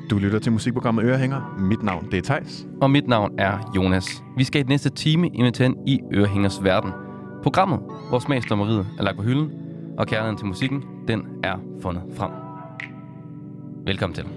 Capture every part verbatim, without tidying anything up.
Du lytter til musikprogrammet Ørehænger. Mit navn, det er Theis. Og mit navn er Jonas. Vi skal i den næste time invitere ind i Ørehængers verden. Programmet, hvor smagsdommeriet er lagt på hylden, og kærligheden til musikken, den er fundet frem. Velkommen til.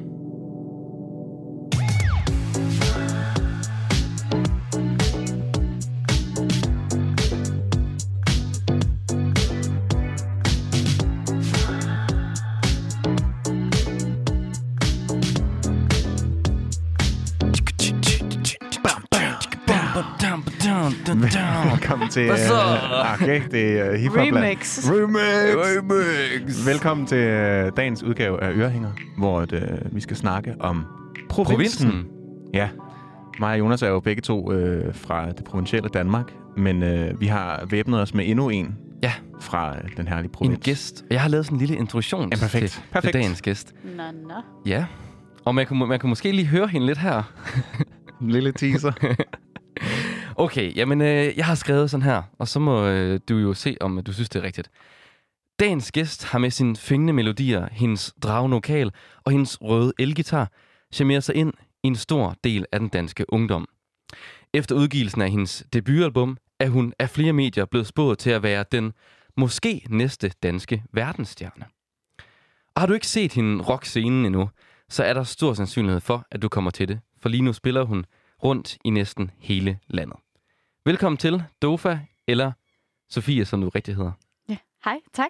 Velkommen til... Uh, okay, det er uh, hiphopland. Remix. Remix. Remix. Velkommen til uh, dagens udgave af Ørehænger, hvor uh, vi skal snakke om provinsen. Provinsen. Ja, mig og Jonas er jo begge to uh, fra det provincielle Danmark, men uh, vi har væbnet os med endnu en Ja. fra uh, den herlige provins. En gæst. Jeg har lavet sådan en lille introduktion Ja, perfekt. til, Perfekt. til dagens gæst. Nå, nå. Ja. Og man kan, man kan måske lige høre hende lidt her. En lille teaser. Okay, jamen øh, jeg har skrevet sådan her, og så må øh, du jo se, om du synes, det er rigtigt. Dagens gæst har med sine fængende melodier, hendes dragende vokal og hendes røde elgitar charmerer sig ind i en stor del af den danske ungdom. Efter udgivelsen af hendes debutalbum er hun af flere medier blevet spået til at være den måske næste danske verdensstjerne. Og har du ikke set hende rock scenen endnu, så er der stor sandsynlighed for, at du kommer til det, for lige nu spiller hun rundt i næsten hele landet. Velkommen til Dofa, eller Sofie, som du rigtig hedder. Ja, hej, tak.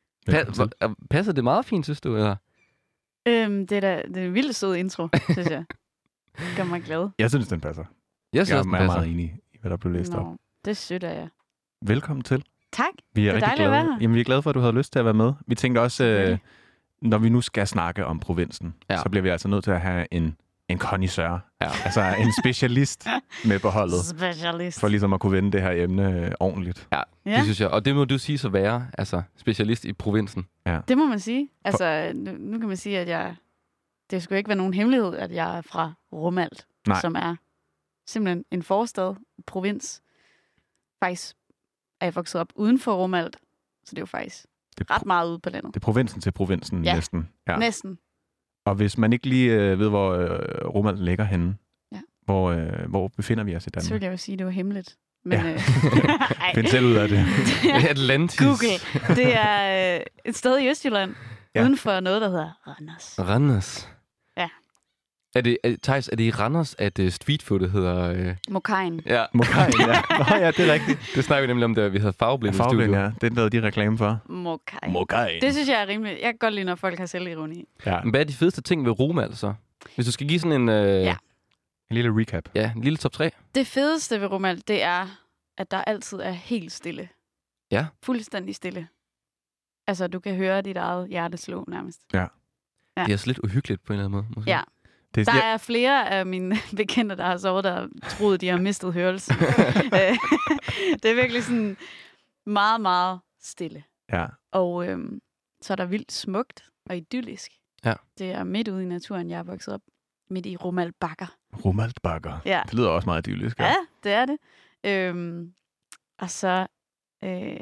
Pa- passer det meget fint, synes du? Eller? Øhm, det er da det er en vildt sød intro, synes jeg. Det gør mig glad. Jeg synes, den passer. Jeg synes, Jeg jeg er passer. meget enig i, hvad der blev læst op. Nå, det støtter jeg. Velkommen til. Tak. Vi er, Det er rigtig dejligt at glade. være her. Jamen, vi er glade for, at du havde lyst til at være med. Vi tænkte også, øh, Selvfølgelig. når vi nu skal snakke om provinsen, Ja. så bliver vi altså nødt til at have en, en connoisseur. Ja. Altså en specialist med på holdet, Specialist. for ligesom at kunne vende det her emne øh, ordentligt. Ja, Ja. det synes jeg. Og det må du sige så være, altså specialist i provinsen. Det må man sige. Altså, nu, nu kan man sige, at jeg... Det skulle ikke være nogen hemmelighed, at jeg er fra Rumalt, Nej. som er simpelthen en forstad, provins. Faktisk er jeg vokset op uden for Rumalt, så det er jo faktisk Det er, ret meget ude på landet. det er provinsen til provinsen Ja. næsten. Ja. Næsten. Og hvis man ikke lige øh, ved, hvor øh, Rumalt ligger henne, Ja. hvor, øh, hvor befinder vi os i Så Danmark? vil jeg jo sige, at det var hemmeligt. Men, Ja. øh, ej. Find selv ud af det. Atlantis. Google. Det er øh, et sted i Østjylland, Ja. ja. uden for noget, der hedder Randers. Randers. Ja. Er det, er, Theis, er det i Randers, at uh, streetfoodet hedder... Uh... Mokajen. Ja. Mokajen, ja. Nå ja, det er rigtigt. Det snakker vi nemlig om, da vi havde farveblinde i Farveblind, studiet. ja. Den lavede de reklame for. Mokajen. Mokajen. Det synes jeg er rimeligt. Jeg kan godt lide, når folk har selvironi. Ja. Men hvad er de fedeste ting ved Rumalt så? Hvis du skal give sådan en, uh... Ja. En lille recap. ja, en lille top tre. Det fedeste ved Rumalt, det er, at der altid er helt stille. Ja. Fuldstændig stille. Altså, du kan høre dit eget hjerte slå nærmest. Det er også lidt uhyggeligt på en eller anden måde. Måske. Ja. Det, Der ja, er flere af mine bekendte, der har sovet, der troede, de har mistet hørelsen. Øh, det er virkelig sådan meget, meget stille. ja. Og øhm, så er der vildt smukt og idyllisk. Ja. Det er midt ude i naturen, jeg er vokset op. Midt i Rumalt Bakker. Rumalt Bakker. Ja. Det lyder også meget idyllisk. Ja, det er det. Øhm, og så øh,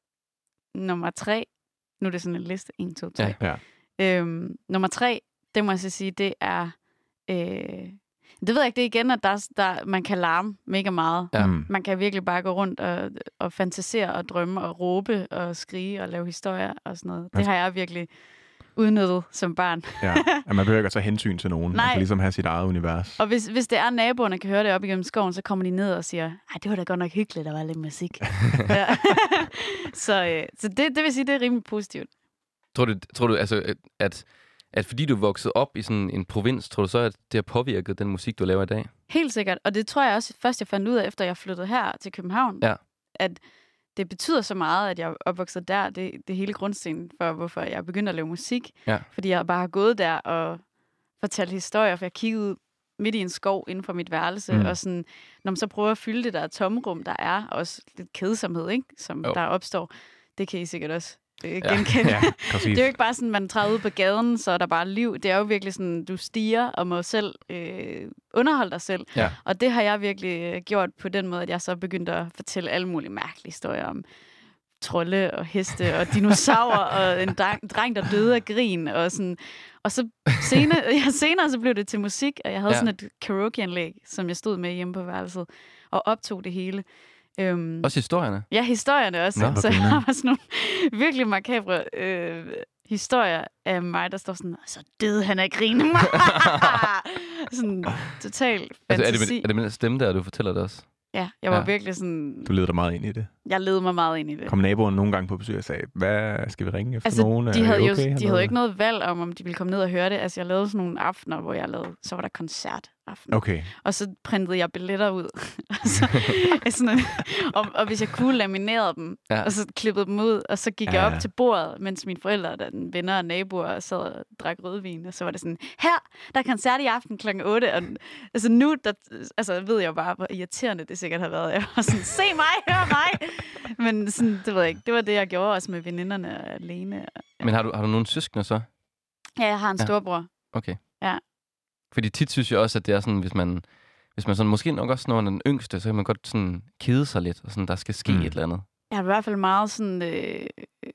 nummer tre. Nu er det sådan en liste. en, to, tre. Ja. Ja. Øhm, nummer tre, det må jeg så sige, det er... Øh, det ved jeg ikke, det er igen, at der, der, man kan larme mega meget. Ja. Mm. Man kan virkelig bare gå rundt og, og fantasere og drømme og råbe og skrige og lave historier og sådan noget. Det har jeg virkelig udnyttet som barn. Ja. At man behøver ikke at tage hensyn til nogen. Man Nej. kan ligesom have sit eget univers. Og hvis, hvis det er naboerne, kan høre det op igennem skoven, så kommer de ned og siger, ej, det var da godt nok hyggeligt, der var lidt musik. Ja. så øh, så det, det vil sige, det er rimelig positivt. Tror du, tror du altså, at, at fordi du er vokset op i sådan en provins, tror du så, at det har påvirket den musik, du laver i dag? Helt sikkert. Og det tror jeg også først, jeg fandt ud af, efter jeg flyttede her til København. Ja. At det betyder så meget, at jeg er opvokset der. Det, det er hele grundstenen for, hvorfor jeg begyndte at lave musik. Ja. Fordi jeg bare har gået der og fortalt historier, for jeg kiggede ud midt i en skov inden for mit værelse. Mm. Og sådan, når man så prøver at fylde det der tomrum, der er, også lidt kedsomhed, ikke? Som Jo. der opstår, det kan I sikkert også øh, Ja. genkende. Ja, præcis. Det er jo ikke bare sådan, man træder ud på gaden, så er der bare liv. Det er jo virkelig sådan, du stiger og må selv øh, underholde dig selv. Ja. Og det har jeg virkelig øh, gjort på den måde, at jeg så begyndte at fortælle alle mulige mærkelige historier om trolde og heste og dinosaurer og en dreng, dreng, der døde af grin. Og, sådan. Og så senere, ja, senere så blev det til musik, og jeg havde Ja. sådan et karaoke-anlæg, som jeg stod med hjemme på værelset, og optog det hele. Øhm, Også historierne? Ja, historierne også. Nå, så jeg har bare sådan nogle virkelig makabre øh, historier af mig, der står sådan, så døde han af grine mig. Sådan total fantasi. Altså, er, det med, er det med den stemme der, du fortæller det også? Ja, jeg var Ja. virkelig sådan... Du leder dig meget ind i det. Jeg led mig meget ind i det. Kom naboen nogle gange på besøg og sagde, hvad skal vi ringe efter Altså, nogen? de Er havde I jo okay de hernede? havde ikke noget valg om, om de ville komme ned og høre det. Altså, jeg lavede sådan nogle aftener, hvor jeg lavede... Så var der koncert aften. Okay. Og så printede jeg billetter ud. så, sådan, og, og hvis jeg kunne, laminerede dem. Ja. Og så klippede dem ud. Og så gik Ja, jeg op ja. til bordet, mens mine forældre, der venner og naboer, sad og drak rødvin. Og så var det sådan, her, der er koncert i aften klokken otte. Og altså nu, der, altså, ved jeg bare, hvor irriterende det sikkert har været. Jeg var sådan, se mig, hør mig. Men sådan, det ved jeg ikke. Det var det, jeg gjorde også med veninderne og alene. Men har du, har du nogle søskende så? Ja, jeg har en Ja. storbror. Okay. Ja. Fordi tit synes jeg også, at det er sådan, hvis man, hvis man sådan, måske nok også, når man er den yngste, så kan man godt sådan kede sig lidt, og sådan, der skal ske Mm. mm. et eller andet. Jeg er i hvert fald meget sådan øh, øh,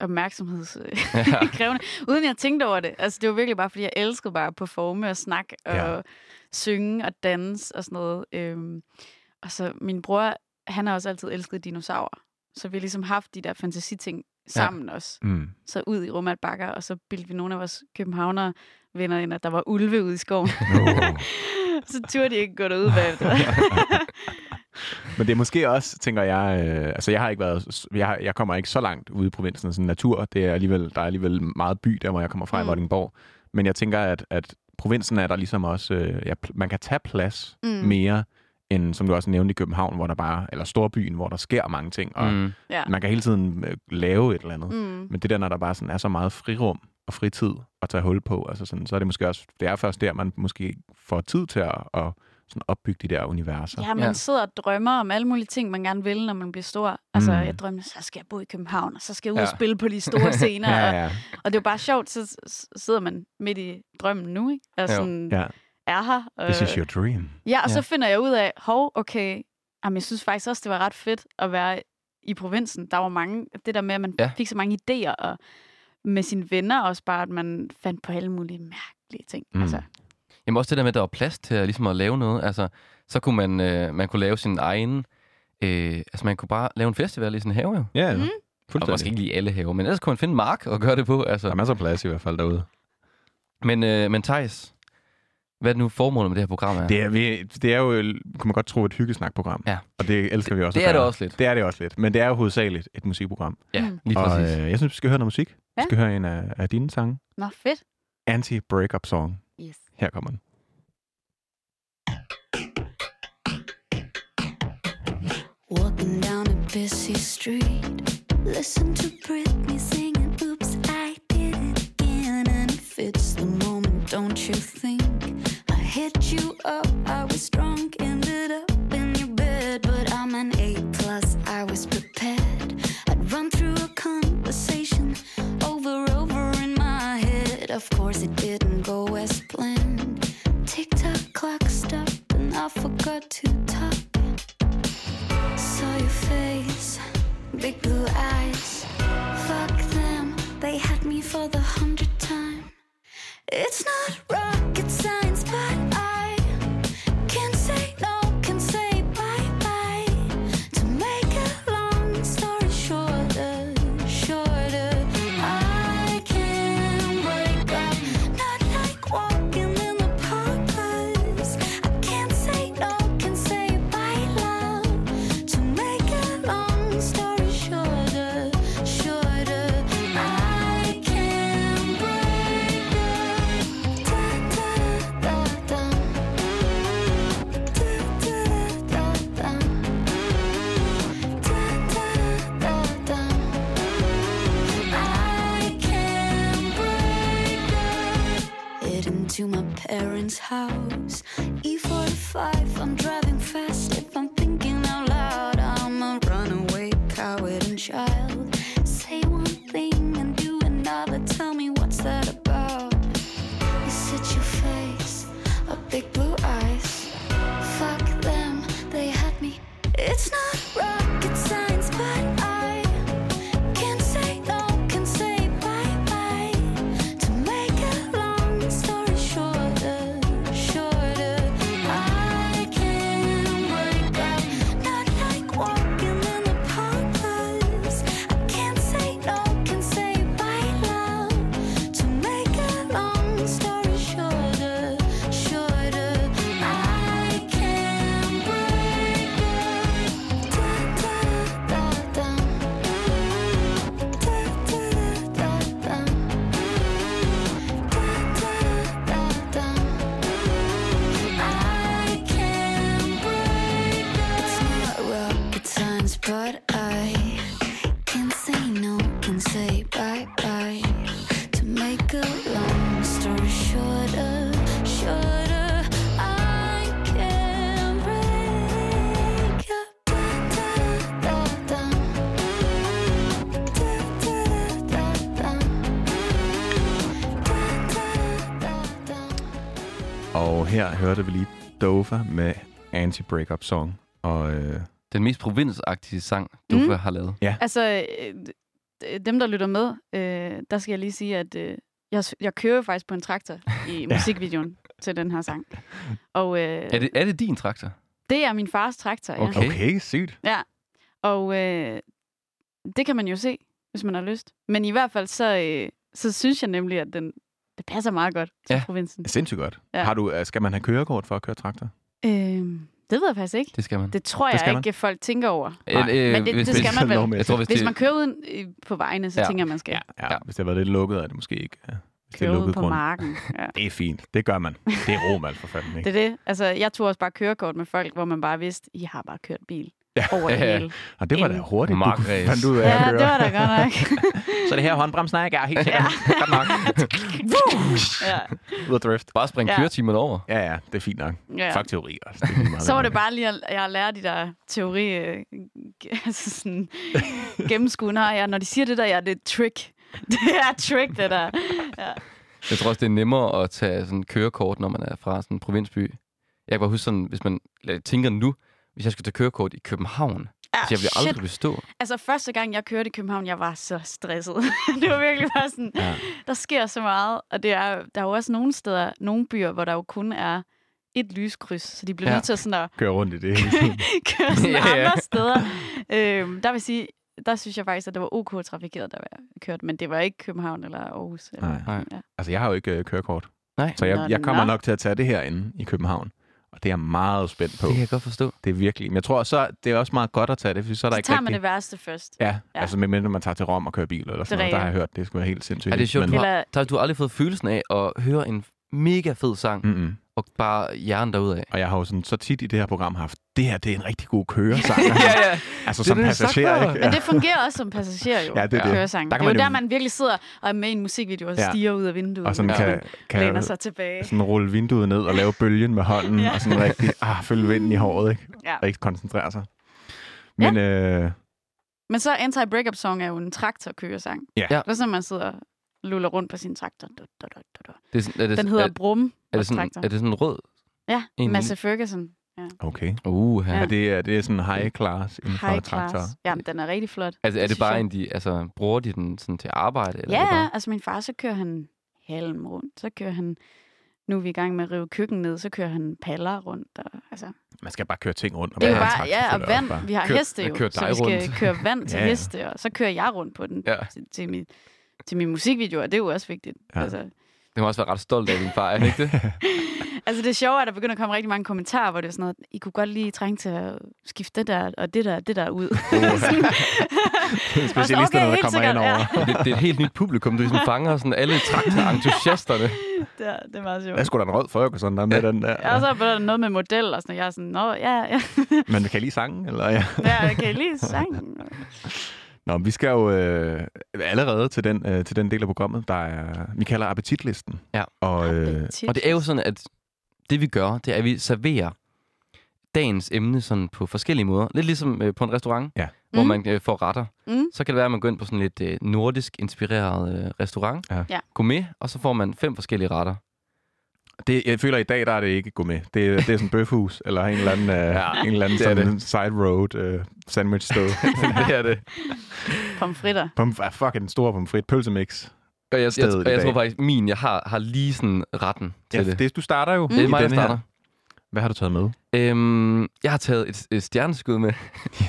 opmærksomhedskrævende, Ja. uden jeg tænkte over det. Altså, det var virkelig bare, fordi jeg elskede bare at performe og snakke og Ja. synge og danse og sådan noget. Øhm, og så min bror, han har også altid elsket dinosaurer. Så vi har ligesom haft de der fantasiting sammen ja. også. Mm. Så ud i Rumalt Bakker, og så bildte vi nogle af vores københavnere venner ind, at der var ulve ude i skoven. No. Så turde de ikke gå derud bagefter. Men det er måske også, tænker jeg, øh, altså jeg har ikke været, jeg, har, jeg kommer ikke så langt ude i provinsen, sådan natur, det er alligevel, der er alligevel meget by, der hvor jeg kommer fra mm. i Vordingborg. Men jeg tænker, at, at provinsen er der ligesom også, øh, ja, man kan tage plads mm. mere, end som du også nævnte i København, hvor der bare, eller storbyen, hvor der sker mange ting, og Mm. Ja. man kan hele tiden øh, lave et eller andet. Mm. Men det der, når der bare sådan er så meget frirum og fritid at tage hul på, altså sådan, så er det måske også, det er først der, man måske får tid til at, at sådan opbygge de der universer. Ja, man Ja. sidder og drømmer om alle mulige ting, man gerne vil, når man bliver stor. Altså, Mm. jeg drømmer, så skal jeg bo i København, og så skal jeg ud Ja. og spille på de store scener. Ja, og, ja, og det er jo bare sjovt, så s- sidder man midt i drømmen nu, ikke? Og Jo. sådan ja. er her. This øh, is your dream. Ja, og så Ja. finder jeg ud af, hov, okay, jamen, jeg synes faktisk også, det var ret fedt at være i provinsen. Der var mange, det der med, at man Ja. fik så mange idéer, og med sine venner også bare, at man fandt på alle mulige mærkelige ting. Mm. Altså, Jamen også det der med, at der var plads til at, ligesom at lave noget. Altså, så kunne man, øh, man kunne lave sin egen... Øh, altså, man kunne bare lave en festival i sin have, jo. Ja, Mm. mm. Og fuldstændig. måske ikke lige alle haver, men ellers kunne man finde en mark og gøre det på. Altså. Der er masser af plads i hvert fald derude. Men, øh, men Theis, hvad er det nu formålet med det her program er? Det er, vi, det er jo, kunne man godt tro, et hyggesnakprogram. Ja. Og det elsker vi også det at er det gøre. også lidt. Det er det også lidt. Men det er jo hovedsageligt et musikprogram. Ja, Mm. lige Og præcis. øh, jeg synes, vi skal høre noget musik. Vi Ja. skal høre en af, af dine sange. nå, fedt. Anti-breakup song. Yes. Her kommer den. Walking down a busy street, listen to Britney singing, oops, I did it again. And if it's the moment, don't you think I hit you up, I was drunk, ended up in your bed. But I'm an A plus, I was prepared. I'd run through a conversation over, over in my head. Of course it didn't go as planned. Tick-tock clock stopped and I forgot to talk. Saw your face, big blue eyes. Fuck them, they had me for the hundredth time. It's not rocket science, but I can say no, can say bye-bye. To make a long story shorter, shorter, I can break up, not like walking in the park, 'cause I can't say no, can say bye, love. To make a long story shorter, shorter, I can break up. Da da da da. Da da da da. Da da da da. I can break up. Head into my parents' house. E forty-five, I'm driving fast. If I'm thinking out loud, I'm a runaway coward and child. Say one thing and do another. Tell me what's that about? Is it your face or big blue eyes? Fuck them, they had me. It's not rocket science, but I can say no, can say bye-bye. To make a long Og her hørte vi lige Dofa med Anti-Breakup Song. Og, øh... Den mest provinsagtige sang, Dofa mm. har lavet. Ja. Altså, øh, dem, der lytter med, øh, der skal jeg lige sige, at øh, jeg, jeg kører faktisk på en traktor i musikvideoen til den her sang. Og, øh, er, det, er det din traktor? Det er min fars traktor, ja. Okay, okay, sygt. Ja, og øh, det kan man jo se, hvis man har lyst. Men i hvert fald, så, øh, så synes jeg nemlig, at den, det passer meget godt til ja. provinsen. Sindssygt godt. Ja. Har du, skal man have kørekort for at køre traktor? Øh, det ved jeg faktisk ikke. Det skal man. Det tror det jeg man. ikke, folk tænker over. Nej. Øh, Men det, hvis, det skal hvis, man vel. Jeg tror, hvis, hvis det... man kører uden på vejene, så ja. tænker man skal Ja, ja, ja, hvis det har været lidt lukket, er det måske ikke. Ja. køre ud på grund. Marken. Ja. Det er fint. Det gør man. Det er Romal for fanden, ikke? Det er det. Altså, jeg tog også bare kørekort med folk, hvor man bare vidste, I har bare kørt bil ja. over det hele. Og det var da hurtigt, du fandt ud af ja, at køre. det var da godt nok. Så det her håndbremsen er ikke helt sikkert. Ja. Godt nok. ja. Ud af drift. Bare springe ja. køretimerne over. Ja, ja, det er fint nok. Ja. Fuck teori også. Det er meget så var det bare lige, at jeg lærte de der teori, øh, altså sådan, gennemskuen her. Ja, når de siger det der, ja, det er trick. Det er trick, det der. Ja. Jeg tror også, det er nemmere at tage sådan kørekort, når man er fra sådan en provinsby. Jeg kan bare huske sådan, hvis man tænker nu, hvis jeg skulle tage kørekort i København, Ja, så jeg ville shit. aldrig bestå. Altså, første gang, jeg kørte i København, jeg var så stresset. Det var virkelig bare sådan, ja. der sker så meget. Og det er, der er jo også nogle steder, nogle byer, hvor der jo kun er et lyskryds, så de bliver ja. nødt til at sådan at køre rundt i det hele tiden. køre sådan ja, ja. andre steder. Øhm, der vil sige, der synes jeg faktisk, at det var ok trafikeret, der var kørt, men det var ikke København eller Aarhus. Eller, Nej. Nej. Ja. Altså, jeg har jo ikke øh, kørekort. Nej. Så jeg, Nå, jeg kommer nå. nok til at tage det herinde i København. Og det er jeg meget spændt på. Det kan jeg godt forstå. Det er virkelig. Men jeg tror så, det er også meget godt at tage det, for så er der Så ikke tager rigtig... man det værste først. Ja, Ja. altså medmindre man tager til Rom og kører bil eller sådan noget. Der har jeg hørt, det skulle være helt sindssygt. Er det sjovt? Men... Du har, Eller- der, du har aldrig fået følelsen af at høre en mega fed sang, Mm-mm. og bare hjernen derudad. Og jeg har jo sådan, så tit i det her program haft, det her, det er en rigtig god køresang. ja, ja. Altså Det er som det, jeg passager, sagt ikke? Men det fungerer også som passager jo. Ja, det er det. Køresang. Der Det kan er jo man der, jo- man virkelig sidder og er med i en musikvideo og Ja. stiger ud af vinduet. Og sådan og kan, kan læner sig tilbage. sådan rulle vinduet ned og lave bølgen med hånden, Ja. og sådan rigtig ah, følge vinden i håret, ikke? Ja. Rigtig koncentrere sig. Men ja. øh, Men så Anti-Breakup Song er jo en traktorkøresang. Ja. Ja. Det er sådan, man sidder og luller rundt på sin traktor. Du, du, du, du, du. Det er sådan, er det, Den hedder er, Brum. er, det sådan, traktor. er det sådan rød? Ja, en- Masse Ferguson. okay. Uh, Ja. Ja. Er det, er det sådan high class inden for High traktor? class. Jamen, den er rigtig flot. Altså, er det synes bare jeg. en, de, altså, bruger de den sådan til arbejde? Eller Ja, er det ja. bare... Altså min far, så kører han halm rundt. Så kører han, nu er vi i gang med at rive køkken ned, så kører han paller rundt. Og, altså, Man skal bare køre ting rundt. Og det er jo være en bare, traktor, ja, og føler jeg vand. også bare. Vi har Kør- heste jeg jo, kører så dig vi skal rundt. køre vand til Ja, ja. heste, og så kører jeg rundt på den Ja. til, til, min, til min musikvideo, og det er jo også vigtigt. Ja. Altså, Det må også være ret stolt af din far, er det ikke det? altså det sjove er, at der begynder at komme rigtig mange kommentarer, hvor det er sådan noget, I kunne godt lige trænge til at skifte det der, og det der, det der ud. Sådan. Specialisterne, Okay, der helt kommer sikkert, ind over. det, det er et helt nyt publikum, du ligesom fanger sådan alle traktorentusiasterne. det, er, det er meget sjovt. Der er sgu da en rød Ferguson der med den der. Ja, og så er der noget med model og sådan noget. Jeg er sådan, nå, ja, ja. Men vi kan lige sange, eller ja? ja, kan I lige sangen? Nå, vi skal jo øh, allerede til den, øh, til den del af programmet, der er, vi kalder appetitlisten. Ja. Og, øh, Og det er jo sådan, at det vi gør, det er, at vi serverer dagens emne sådan på forskellige måder. Lidt ligesom øh, på en restaurant, Ja. hvor Mm. man øh, får retter. Mm. Så kan det være, at man går ind på sådan lidt øh, nordisk inspireret øh, restaurant. Ja. Ja. Gourmet, og så får man fem forskellige retter. det, jeg føler, at i dag der er det ikke gourmet. Det, er- det er sådan en bøfhus, eller en eller anden, øh, Ja, en eller anden det er sådan side road øh, sandwich sted. det er det. Pomfritter. Pomf- ah, fucking stor pomfrit pølsemix. Og jeg, jeg, Stedet jeg, i og jeg dag. tror faktisk, min, jeg har, har lige sådan retten til Ja, det. det. Du starter jo. Mm. Det er i mig, der denne her. starter. Hvad har du taget med? Øhm, jeg har taget et, et stjerneskud med.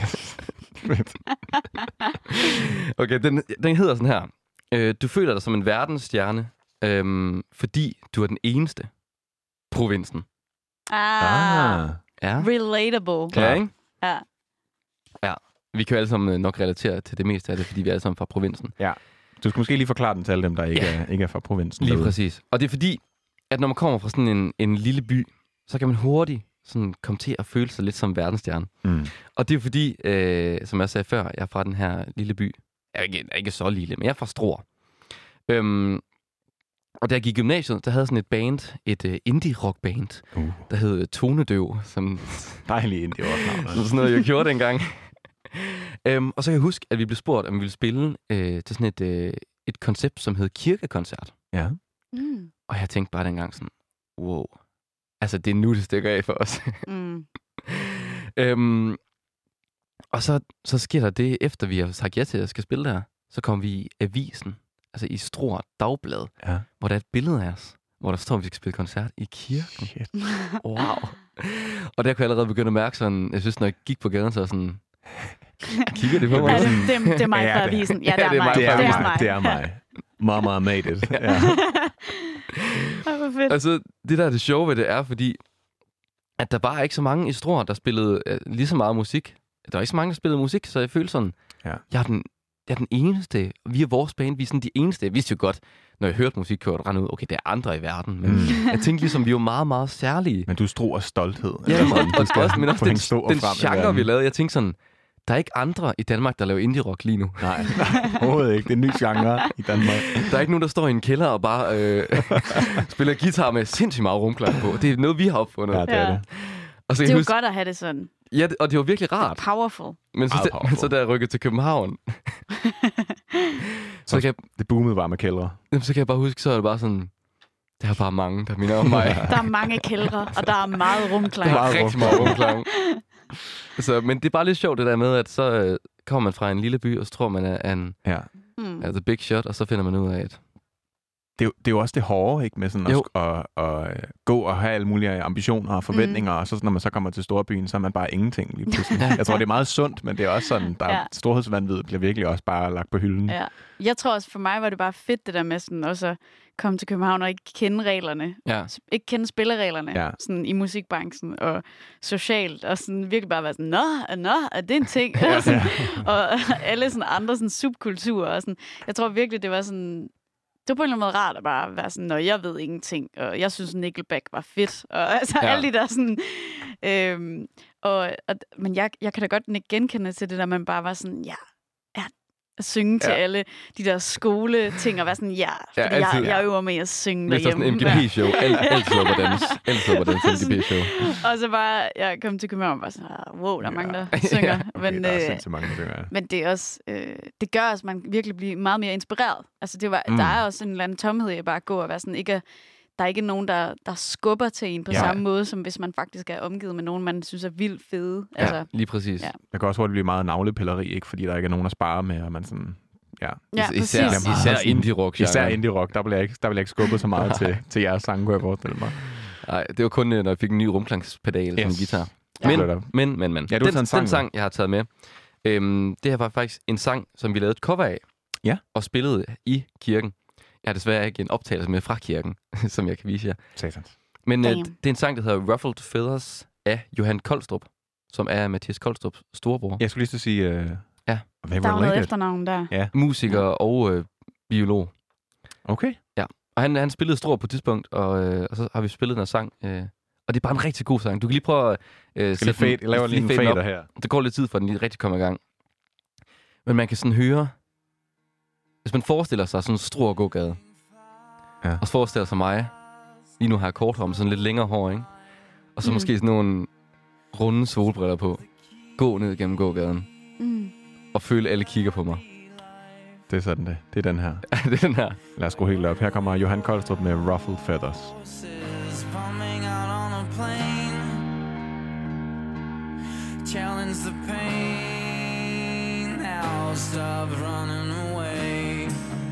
Okay, den, den hedder sådan her. Øh, du føler dig som en verdensstjerne, øhm, fordi du er den eneste. Provinsen. Ah, Ah. Ja. relatable. Ja, ikke? Ja. Vi kan jo alle sammen øh, nok relatere til det meste af det, fordi vi er alle sammen fra provinsen. Du skal måske lige forklare den til alle dem, der ikke, Ja. er, ikke er fra provinsen. Lige derude. præcis. Og det er fordi, at når man kommer fra sådan en, en lille by, så kan man hurtigt sådan komme til at føle sig lidt som verdensstjerne. Mm. Og det er fordi, øh, som jeg sagde før, jeg er fra den her lille by. Jeg er ikke, jeg er ikke så lille, men jeg er fra Struer. Øhm, og da jeg gik i gymnasiet, der havde sådan et band, et uh, indie-rock-band, Uh. der hed Tonedøv, som, Dejlig indie overnavn. som sådan noget, jeg gjorde dengang. øhm, og så kan jeg huske, at vi blev spurgt, om vi ville spille øh, til sådan et, øh, et koncept, som hed kirkekoncert. Ja. Mm. Og jeg tænkte bare dengang sådan, wow, Altså, det er nu, det stikker af for os. Mm. øhm, og så, så sker der det, efter vi har sagt ja til, at jeg skal spille der, så kommer vi i avisen, altså i Struer Dagblad, Ja. hvor der er et billede af os, hvor der står, at vi skal spille koncert i kirken. Shit. Wow. Og der kunne jeg allerede begynde at mærke sådan, jeg synes, når jeg gik på gaden, så sådan, kigger det på mig? Ja, det, Sådan, det, det er mig Ja, fra det- avisen. Ja, det er Ja, det er mig. mig. Det er, Det er mig. mig. Det er mig. Mama made it. Ja. Ej, hvor fedt. altså, det der er det sjove ved det er, fordi at der bare ikke så mange i Struer, der spillede uh, lige så meget musik. Der var ikke så mange, der spillede musik, så jeg følte sådan, Ja. jeg, er den, jeg er den eneste. Vi er vores band, vi er sådan de eneste. Jeg vidste jo godt, når jeg hørte musik, kunne jeg rende ud, okay, det er andre i verden. Men Mm. jeg tænkte ligesom, vi var meget, meget særlige. Men du struer stolthed. Ja, Altså, og, du og, skal også, men også få den, hende stor den frem i genre, verden. vi lavede. Jeg tænkte sådan, der er ikke andre i Danmark, der laver indie-rock lige nu. Nej, overhovedet ikke. Det er en ny genre i Danmark. Der er ikke nogen, der står i en kælder og bare øh, spiller guitar med sindssygt meget rumklang på. Det er noget, vi har opfundet. Ja, det er Ja. det. Og så Det kan er jeg jo huske, godt at have det sådan. ja, det- og det var virkelig rart. Powerful. Men så, Meget men powerful. så da jeg rykkede til København, så, kan jeg, Det boomede bare med kældre. jamen, så kan jeg bare huske, så er det bare sådan, der er bare mange, der minder om mig. Der er mange kældre, og der er meget rumklang. Der er Meget rigtig meget rumklang. Så, men det er bare lidt sjovt det der med, at så øh, kommer man fra en lille by, og så tror man er en Ja. Mm. altså big shot, og så finder man ud af, at Det, er jo- det er jo også det hårde, ikke? Med sådan at, Jo. at, at, at gå og have alle mulige ambitioner og forventninger, mm. og så når man så kommer til storbyen, så er man bare ingenting lige pludselig. Jeg tror, det er meget sundt, men det er også sådan, der Ja. ja. storhedsvanvid bliver virkelig også bare lagt på hylden. Ja. Jeg tror også, for mig var det bare fedt, det der med sådan også at komme til København og ikke kende reglerne. ja, Ikke kende spillereglerne Ja. sådan i musikbranchen og socialt. Og sådan virkelig bare være sådan, nå, nå, er det en ting? og, sådan, og alle sådan andre sådan subkulturer. Og sådan. Jeg tror virkelig, det var sådan... Det var på en eller anden måde rart at bare være sådan, når jeg ved ingenting, og jeg synes, Nickelback var fedt, og altså Ja. alle de der sådan... Øhm, og, og, men jeg, jeg kan da godt nikke genkende til det der, man bare var sådan, ja, ja at synge til Ja. alle de der skole-ting, og være sådan, ja, fordi Ja, ja, jeg, altid. jeg øver med at synge lidt sådan en derhjemme. M G P-show. Alt, altid op på dans. Altid op på dans M G P-show. Og så bare, jeg kom til København og var sådan, ah, wow, der er mange, der Ja. synger. Okay, men, der er øh, sindssygt mange, der synger. men det er også, øh, det gør også, at man virkelig bliver meget mere inspireret. Altså, det var, Mm. mm. der er også en eller anden tomhed i at bare gå og være sådan, ikke at, der er ikke nogen, der, der skubber til en på Ja. ja. samme måde, som hvis man faktisk er omgivet med nogen, man synes er vildt fede. Ja, Altså, lige præcis. ja. Der kan også hurtigt blive meget navlepilleri, ikke? Fordi der ikke er nogen at spare med, og man sådan... Ja. ja, især, præcis. især indie-rock. Især indie-rock, der vil jeg ikke, der vil jeg ikke skubbe så meget til, til jeres sange, kunne jeg forestille mig. Nej, det var kun, øh, når jeg fik en ny rumklangspedal yes. som Yes. guitar. Ja. Men, Netop. men, men, men. Ja, du har den, taget en sang den med. sang, jeg har taget med, øhm, det her var faktisk en sang, som vi lavede et cover af. Ja. Og spillede i kirken. Jeg har desværre ikke en optagelse med fra kirken, som jeg kan vise jer. Satans. Men øh, Damn. det er en sang, der hedder Ruffled Feathers af Johan Koldstrup, som er Mathias Koldstrups storebror. Jeg skulle lige så sige... Uh, Ja. Very Der er jo noget related. efternavn der. Ja. Musiker og øh, biolog. Okay. Og han, han spillede Struer på et tidspunkt, og, øh, og så har vi spillet den her sang. Øh, og det er bare en rigtig god sang. Du kan lige prøve at øh, Skal lige fade, jeg laver lige en faden op. fader her. Det går lidt tid, for den lige rigtig kommer i gang. Men man kan sådan høre... Hvis man forestiller sig sådan en Struer gågade, Ja. og så forestiller sig mig, lige nu har jeg kort hår med sådan lidt længere hår, ikke? Og så mm. Mm. måske sådan nogle runde solbriller på. Gå ned gennem gågaden, Mm. og føle, at alle kigger på mig. Det er sådan det. Det er den her. det er den her. Lad os gå helt op. Her kommer Johan Koldstrup med Ruffled Feathers. Voices bombing out on a plane. Challenge the pain. Now stop running away.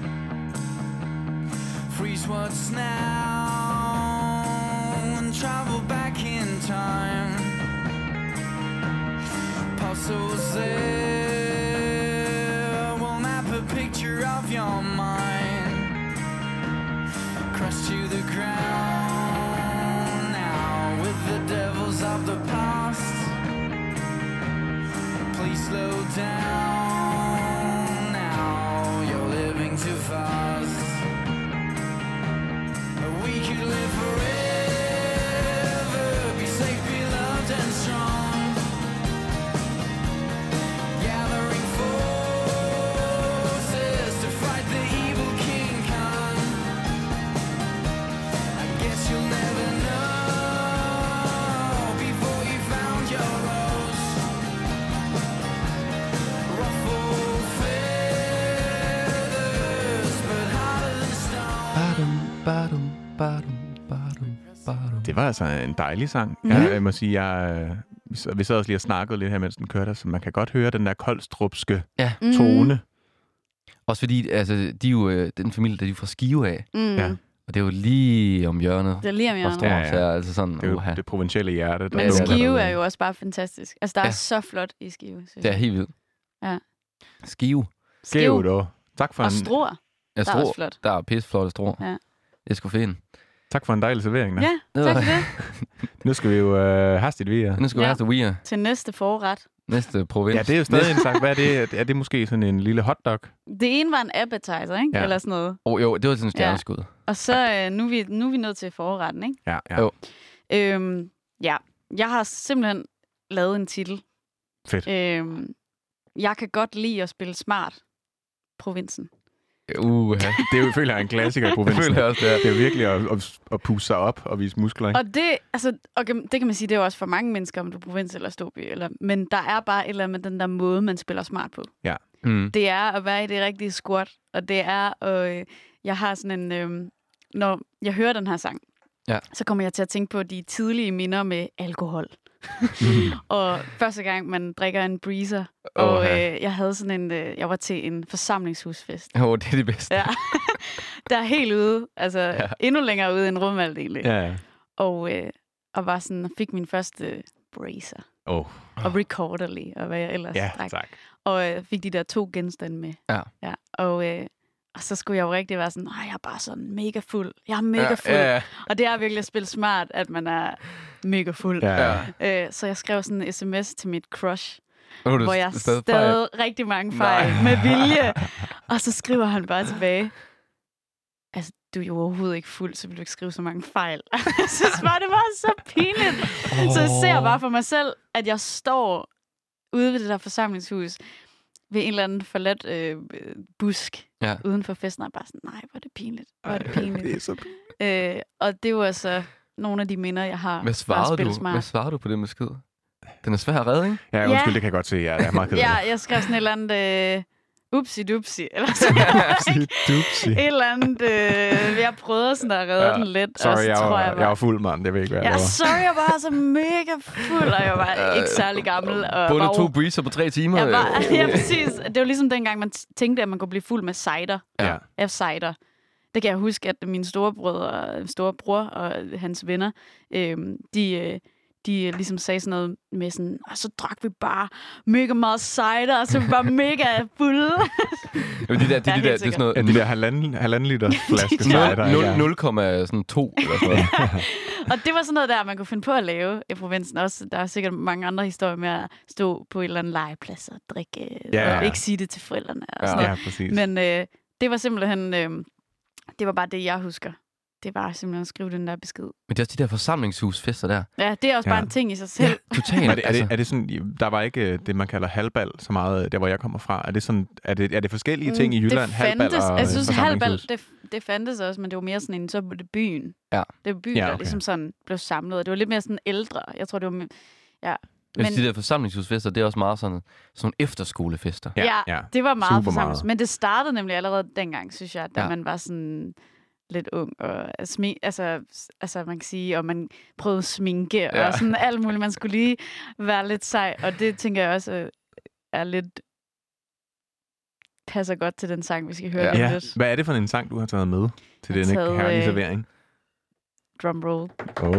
Freeze what's now and travel back in time. Puzzles there will map a picture of your mind. Crushed to the ground now with the devils of the past. Please slow down now, you're living too fast. We could live forever, be safe, be loved and strong. Gathering forces to fight the evil King Kong. I guess you'll never know before you found your rose. Ruffled feathers, but Det var altså en dejlig sang. Mm. Jeg, jeg må sige, jeg, øh, vi sad- vi sad også lige og snakkede lidt her, mens den kørte, så man kan godt høre den der koldstrupske Ja. Mm. tone. Også fordi, altså, de er jo øh, den familie, der de er fra Skive af. Mm. Ja. Og det er jo lige om hjørnet. Det er lige om Fra hjørnet. Storm, Ja, ja. så er altså sådan, Det er jo uha. det provincielle hjerte. Der Men det er lukker Skive derude. er jo også bare fantastisk. Altså, der er Ja. så flot i Skive, synes Det er jeg. helt vildt. Ja. Skive. Skive, dog. Tak for Og en, Struer. Jeg Der er tror, også flot. der er pisseflotte strå. Ja. Det er sgu fint. tak for en dejlig servering. Da. Ja, tak for det. Nu skal vi jo øh, hastigt videre. Nu skal vi Ja. have til Weir. Til næste forret. Næste provins. Ja, det er jo stadig en sang. Hvad er det? Er det måske sådan en lille hotdog? Det ene var en appetizer, ikke? Ja. Eller sådan noget. Oh, jo, det var sådan en stjerneskud. Og så øh, nu, er vi, nu er vi nået til forretten, ikke? Ja, ja. Jo. Øhm, ja, jeg har simpelthen lavet en titel. Fedt. Øhm, jeg kan godt lide at spille smart. Provinsen. Uh, ja. Det er jo, føler jeg, en klassiker i Jeg provinsen. føler også, det er. Det er jo virkelig at, at, at pusse sig op og vise muskler, ikke? Og det, altså, og det kan man sige, det er jo også for mange mennesker, om du er provins eller storby. Eller, men der er bare et eller andet med den der måde, man spiller smart på. Mm. Det er at være i det rigtige squat, og det er, øh, jeg har sådan en, øh, når jeg hører den her sang, Ja. så kommer jeg til at tænke på de tidlige minder med alkohol. Og første gang, man drikker en breezer, og øh, jeg havde sådan en, øh, jeg var til en forsamlingshusfest. Åh, oh, det er det bedste. Ja. Der er helt ude, altså Ja. ja. endnu længere ude end Rumald egentlig. Ja, ja. Og, øh, og var sådan, fik min første breezer. Åh, oh, Og recorderly, og hvad jeg ellers ja, drak. tak. Og øh, fik de der to genstande med. Ja. ja. Og, øh, og så skulle jeg jo rigtig være sådan, nej, jeg er bare sådan mega fuld. Jeg er mega fuld. Ja, ja. Og det er virkelig at spille smart, at man er mega fuld. Ja. Ja. Øh, så jeg skrev sådan en sms til mit crush, Nu er du hvor jeg s- stadig stadig rigtig mange fejl Nej. med vilje. Og så skriver han bare tilbage, altså, du er jo overhovedet ikke fuld, så vil du ikke skrive så mange fejl. Jeg synes bare, det var så pinligt. Oh. Så jeg ser bare for mig selv, at jeg står ude ved det der forsamlingshus, ved en eller anden forladt øh, busk Ja. uden for festen, og bare sådan, nej, hvor er det pinligt. Hvor er det pinligt. Det er så pinligt. øh, og det var så nogle af de minder, jeg har. Hvad fra at svarede spille du? smart. Hvad svarede du på det med Den er svær at redde, ikke? Ja, Ja. undskyld, det kan jeg godt se. Ja, det er meget kedeligt. Ja, jeg skrev sådan et eller andet, øh, upsi dupsi, eller sådan noget. Dupsi. Et eller andet, øh, jeg prøvede sådan at redde Ja. ja. den lidt. Sorry, og så jeg tror var, jeg, jeg, bare, var fuld, mand. Det ved jeg ikke, hvad Ja, jeg var. sorry, jeg var så mega fuld, og jeg var ikke særlig gammel. Og Både var to breezer på tre timer. Jeg var, øh, ja, præcis. Det var ligesom dengang, man tænkte, at man kunne blive fuld med cider. Ja. F-cider. Det kan jeg huske, at mine storebrødre, storebror og hans venner, øh, de, øh, de ligesom sagde sådan noget med sådan, og så drak vi bare mega meget cider, og så var vi bare mega fulde. Jamen, de der, de, Ja, de helt der, det er sikkert. sådan noget... Ja, de der halvanden, halvanden liter flaske cider. nul, ja. nul komma to eller sådan noget. Og det var sådan noget der, man kunne finde på at lave i provinsen også. Der er sikkert mange andre historier med at stå på et eller andet legeplads og drikke, Ja. og ikke sige det til forældrene og Ja. sådan noget. Ja, præcis. Men øh, det var simpelthen, øh, det var bare det, jeg husker. Det var simpelthen at skrive den der besked. Men det er også de der forsamlingshusfester der. Ja, det er også Ja. bare en ting i sig selv. Totalt. Er det, er, det, er det sådan, der var ikke øh, det, man kalder halvbal så meget, der hvor jeg kommer fra. Er det, sådan, er det, er det forskellige ting i Jylland? Det fandtes, halvbal og jeg synes, øh, halvbal, forsamlingshus? det, det fandtes også, men det var mere sådan en, så var det byen. Ja. Det var byen, Ja, der okay. ligesom sådan blev samlet. Og det var lidt mere sådan ældre. Jeg tror, det var... Ja. Men Men, de der forsamlingshusfester, det er også meget sådan sådan efterskolefester. Ja, ja, ja. det var meget Super forsamlings. meget. Men det startede nemlig allerede dengang, synes jeg, da Ja. man var sådan lidt ung og smi, altså, altså man kan sige, og man prøvede sminke Ja. og sådan alt muligt. Man skulle lige være lidt sej, og det tænker jeg også øh, er lidt passer godt til den sang, vi skal høre Ja. lige om Ja. lidt. Hvad er det for en sang, du har taget med til Jeg har denne taget, herlige øh, servering? Drumroll.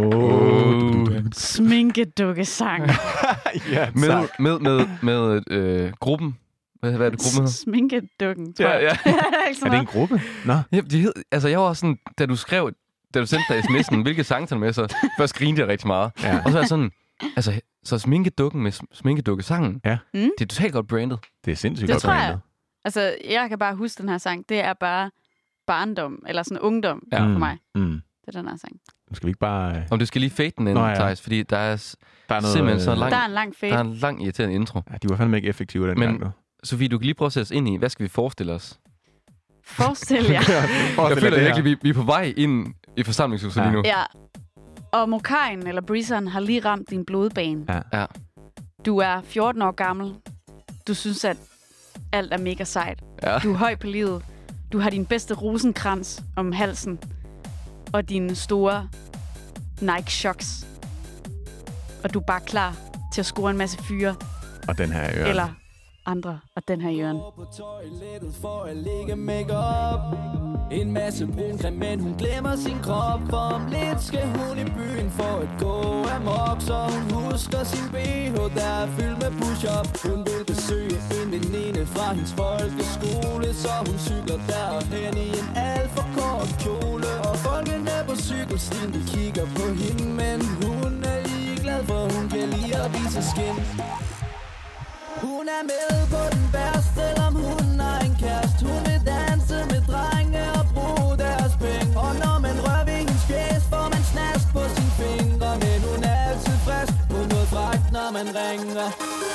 Åh, oh, Sminkedukkesang. ja, Med, tak. med, med, med øh, gruppen. Hvad, hvad er det, gruppen hedder? Sminkedukken, tror Ja, jeg. ja. Ikke så Er det en meget. gruppe? Nå. Ja, de hed, altså, jeg var sådan, da du skrev, da du sendte dig sms'en, hvilke sange tager du med, så først grinede jeg rigtig meget. Ja. Og så er jeg sådan, altså, så sminkedukken med sm- sminkedukkesangen, Ja. Mm. det er totalt godt brandet. Det er sindssygt Det godt tror jeg. brandet. Altså, jeg kan bare huske den her sang. Det er bare barndom, eller sådan ungdom Ja. ja. Mm, for mig. Mm. Det er den her sang. Nu skal vi ikke bare... øh, Om du skal lige fade den ind, Nå, ja. Thijs, fordi der er, s- Der er simpelthen så lang, Der er en lang fade. der er en lang irriterende intro. Ja, de var fandme ikke effektive den Men- gang, nu. Sofie, du kan lige prøve at sætte os ind i, hvad skal vi forestille os? Forestil jer. Jeg føler virkelig, vi, vi er på vej ind i forsamlingshuset Ja. lige nu. Ja. Og Mokajen, eller breezeren, har lige ramt din blodbane. Ja. Ja. Du er fjorten år gammel. Du synes, at alt er mega sejt. Ja. Du er høj på livet. Du har din bedste rosenkrans om halsen. Og din store Nike Shox, og du er bare klar til at score en masse fyre, Og den her i ørerne. eller andre, og den her i ørerne. På toilettet for at lægge make-up. En masse brun creme, men hun glemmer sin krop. For om lidt skal hun i byen for at gå amok. Så hun husker sin B H, der er fyldt med push-up. Hun vil besøge en veninde fra hendes folkeskole. Så hun cykler derhen i en alt for kort kjole. Og folkene på cykelstien, de kigger på hende. Men hun er ligeglad, for hun kan lide at vise skin. Hun er med på den værste, selvom hun har en kæreste. Hun vil danse med drenge og bruge deres penge. Og når man rører ved hendes fjes, får man snask på sine fingre. Men hun er altid frisk på noget frækt, når man ringer.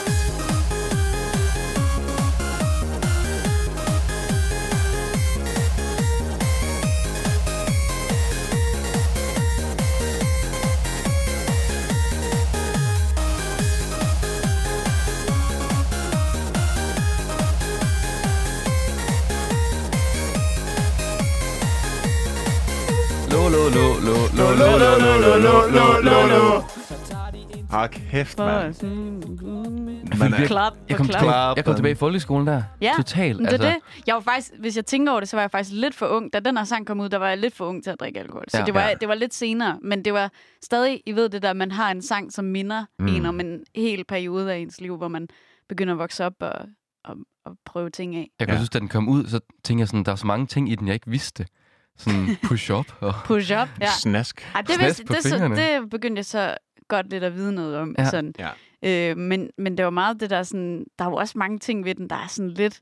Lo, lo, lo, lo, lo, lo, lo, lo, lo, lo, lo, lo, lo. Hold kæft, mand. Man er- klap Jeg på kom, klap. tilbage, jeg kom tilbage i folkeskolen der. Ja, Totalt. men det er det. Jeg var faktisk, hvis jeg tænker over det, så var jeg faktisk lidt for ung. Da den her sang kom ud, der var jeg lidt for ung til at drikke alkohol. Så Ja. det, var, Ja. det var lidt senere. Men det var stadig, I ved det der, man har en sang, som minder mm. en om en hel periode af ens liv, hvor man begynder at vokse op og, og, og prøve ting af. Jeg kan Ja. synes, da den kom ud, så tænkte jeg sådan, der er så mange ting i den, jeg ikke vidste. Sådan push-up og... Push up, ja. Snask. Ej, det, Snask vidste, på det, så, fingrene. det begyndte jeg så godt lidt at vide noget om. Ja. Sådan. Ja. Øh, men, men det var meget det der sådan... Der er jo også mange ting ved den, der er sådan lidt...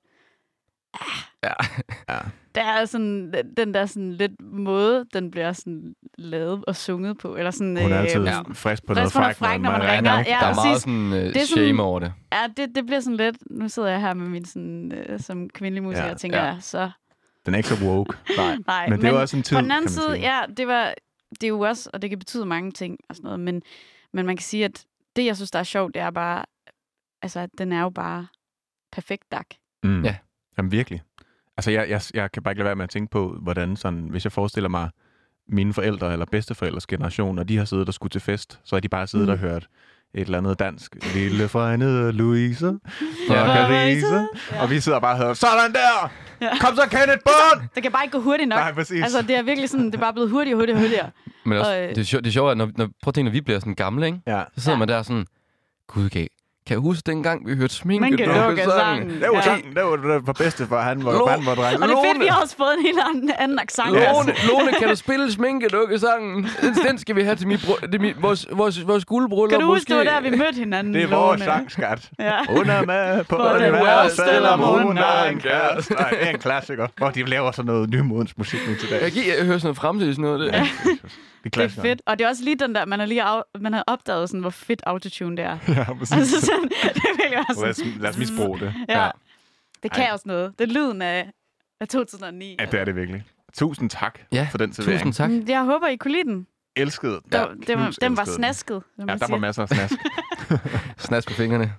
Ja. Ja. Der er sådan den der sådan lidt måde, den bliver sådan lavet og sunget på. Eller sådan, Hun er øh, altid ja. frisk på Frisk noget på noget fræk, fræk, når man ringer. ikke? Ja, der er meget præcis. sådan uh, Det er sådan- shame over det. Ja, det, det bliver sådan lidt... Nu sidder jeg her med min sådan, øh, som kvindelig musiker Ja, og tænker, ja. ja. så... Den er ikke så woke. Nej. Nej, Men det er jo også en tid, på den anden kan man side, sige. ja, det var... Det er jo også... Og det kan betyde mange ting og sådan noget. Men, men man kan sige, at det, jeg synes, der er sjovt, det er bare... Altså, at den er jo bare perfekt dak. Mm. Ja. Jamen virkelig. Altså, jeg, jeg, jeg kan bare ikke lade være med at tænke på, hvordan sådan... Hvis jeg forestiller mig mine forældre eller bedsteforældres generation, og de har siddet og skulle til fest, så har de bare siddet Mm. og hørt et eller andet dansk. Lille fregnede Louise og Ja. Carise. Ja. Og vi sidder bare og hører, sådan der! Ja. Kom så, Kenneth Bond! Det kan bare ikke gå hurtigt nok. Nej, præcis. Altså, det er virkelig sådan... Det er bare blevet hurtigere, hurtigere, hurtigere. Men også, Og, øh, det, er sjovt, det er sjovt, at når, når, prøv at tænke, når vi bliver sådan gamle, ikke? Ja. Så sidder Ja. man der sådan, gud, kan, kan jeg huske dengang, vi hørte Man kan sminke lukke sangen. Det var Ja. sådan, det var det var bedste for han var, Lo- han var dreng. Og det er fedt, Lone. vi har også fået en helt anden, anden accent. Lone, Lone, kan du spille sminkedukkesangen? Den, den skal vi have til mit, bro- det, mit, vores, vores, vores guldbryllup. Kan du huske, måske. det var der, vi mødte hinanden? Det er vores Lone? sang, skat. Ja. Hun er med på På det det værd, værste, selvom selvom hun er en kæreste. Nej, det er en klassiker. Hvor de laver sådan noget nymodens musik nu til dag. Jeg, giver, jeg hører sådan noget fremtids noget. Det. Ja. Det er Det er klassiker. fedt. Og det er også lige den der, man har lige af, man har opdaget, sådan, hvor fedt autotune det er. Ja, præcis. Altså sådan, det er virkelig også Lad os, sådan, lad os misbruge det. ja. Ja. Det kan Ej. også noget. Det er lyden af, af to tusind og ni. Ja, det er det virkelig. Tusind tak Ja, for den servering. tusind tak. Mm, Jeg håber, I kunne lide den. Elskede. Det Ja, var, det var, knus den var elskede snasket, som Ja, man der var siger. masser af snask. Snas på fingrene.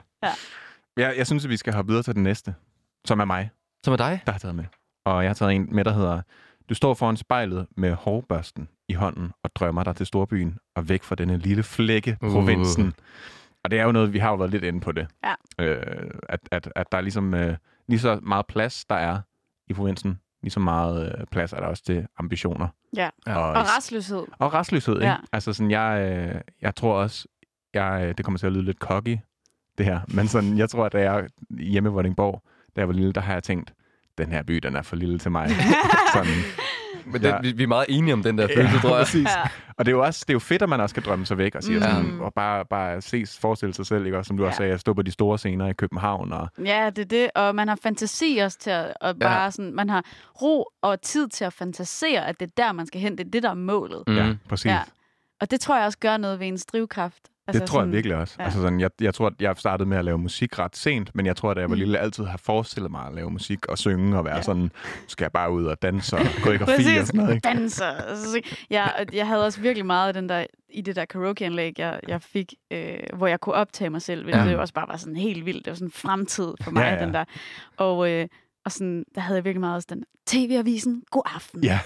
Ja, jeg synes, at vi skal hoppe videre til den næste, som er mig, Så med dig. der har taget med. Og jeg har taget en med, der hedder, du står foran spejlet med hårbørsten i hånden og drømmer dig til storbyen og væk fra denne lille flække, Uh. provinsen. Og det er jo noget, vi har jo været lidt inde på det. Ja. Øh, at, at, at der er ligesom øh, lige så meget plads, der er i provinsen, lige så meget øh, plads er der også til ambitioner. Ja. Ja. Og, Og restløshed. og restløshed, ikke? Ja. Altså sådan, jeg, øh, jeg tror også, jeg, øh, det kommer til at lyde lidt cocky, det her. Men sådan, jeg tror, at da jeg er hjemme i Vordingborg, da jeg var lille, der har jeg tænkt, den her by, den er for lille til mig. sådan, Men det, Ja. vi, vi er meget enige om den der følelse, tror jeg. præcis. Ja. Og det er jo også, det er jo fedt, at man også kan drømme sig væk og sige Mm. sådan, og bare, bare se, forestille sig selv, ikke? Også, som du Ja. også sagde, at stå på de store scener i København. Og, Ja, det er det. Og man har fantasi også til at, at bare sådan, man har ro og tid til at fantasere, at det er der, man skal hen. Det er det, der er målet. Mm. ja, præcis. Ja. Og det tror jeg også gør noget ved ens drivkraft. Det tror jeg virkelig også. ja. Altså sådan, jeg, jeg tror, at jeg startede med at lave musik ret sent, men jeg tror, at da jeg var lille, altid har forestillet mig at lave musik og synge og være Ja. sådan, skal jeg bare ud og danse og koreografi og Præcis. sådan noget. Ikke? Danser. Altså, ja, og jeg havde også virkelig meget af den der, i det der karaokeanlæg, jeg, jeg fik, øh, hvor jeg kunne optage mig selv, hvilket Ja. ja. også bare var sådan helt vildt. Det var sådan en fremtid for mig, Ja, ja. den der. Og, øh, Og sådan, der havde jeg virkelig meget også den T V-avisen, god aften. Ja.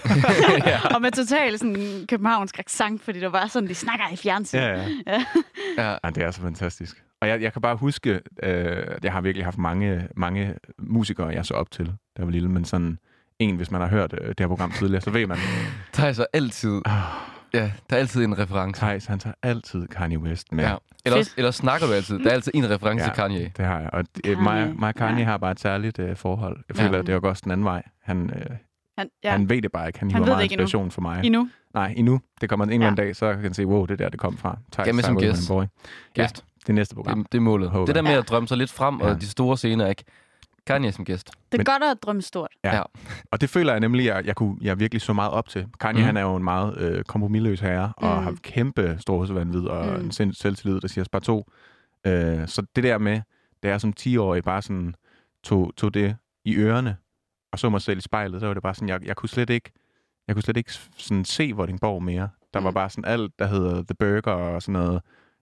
Og med totalt sådan københavnsk accent, fordi det var sådan, de snakker i fjernsyn. Ja, ja. ja. Ja. Ja, det er så fantastisk. Og jeg, jeg kan bare huske, øh, at jeg har virkelig haft mange, mange musikere, jeg så op til, da jeg var lille. Men sådan en, hvis man har hørt øh, det her program tidligere, så ved man... Thijs er altid... Ja, der er altid en reference. Thijs, han tager altid Kanye West med. Ja. Eller, eller snakker du altid. Der er altid en reference Ja. til Kanye. Det har jeg. Og øh, mig, mig og Kanye Ja. har bare et særligt øh, forhold. Jeg føler, Ja. at det er også den anden vej. Han, øh, Han, ja. ja. han ved det bare ikke. Han, Han hiver ved meget det ikke endnu. inspiration for mig. Endnu. Nej, endnu. Det kommer en eller anden Ja. dag, så kan han se, wow, det er der, det kom fra. Thijs, Gav med som Cyber gæst. Boy. Ja, Gæst. det er næste program. Det, det er målet. Håber Det der med jeg. at drømme sig lidt frem, og Ja. de store scener, ikke? Kanye som gæst. Det er Men- godt at drømme stort. Ja. Ja. Og det føler jeg nemlig, at jeg, kunne, jeg virkelig så meget op til. Kanye, Mm. han er jo en meget øh, kompromisløs herre, og Mm. har kæmpe storhedsvanvid og Mm. en sind- selvtillid, der siger bare to. Øh, så det der med, da jeg som ti-årig bare sådan tog, tog det i ørerne, og så mig selv i spejlet, så var det bare sådan, jeg, jeg kunne slet ikke, jeg kunne slet ikke sådan se Vordingborg mere. Der var Mm. bare sådan alt, der hedder The Burger og sådan noget,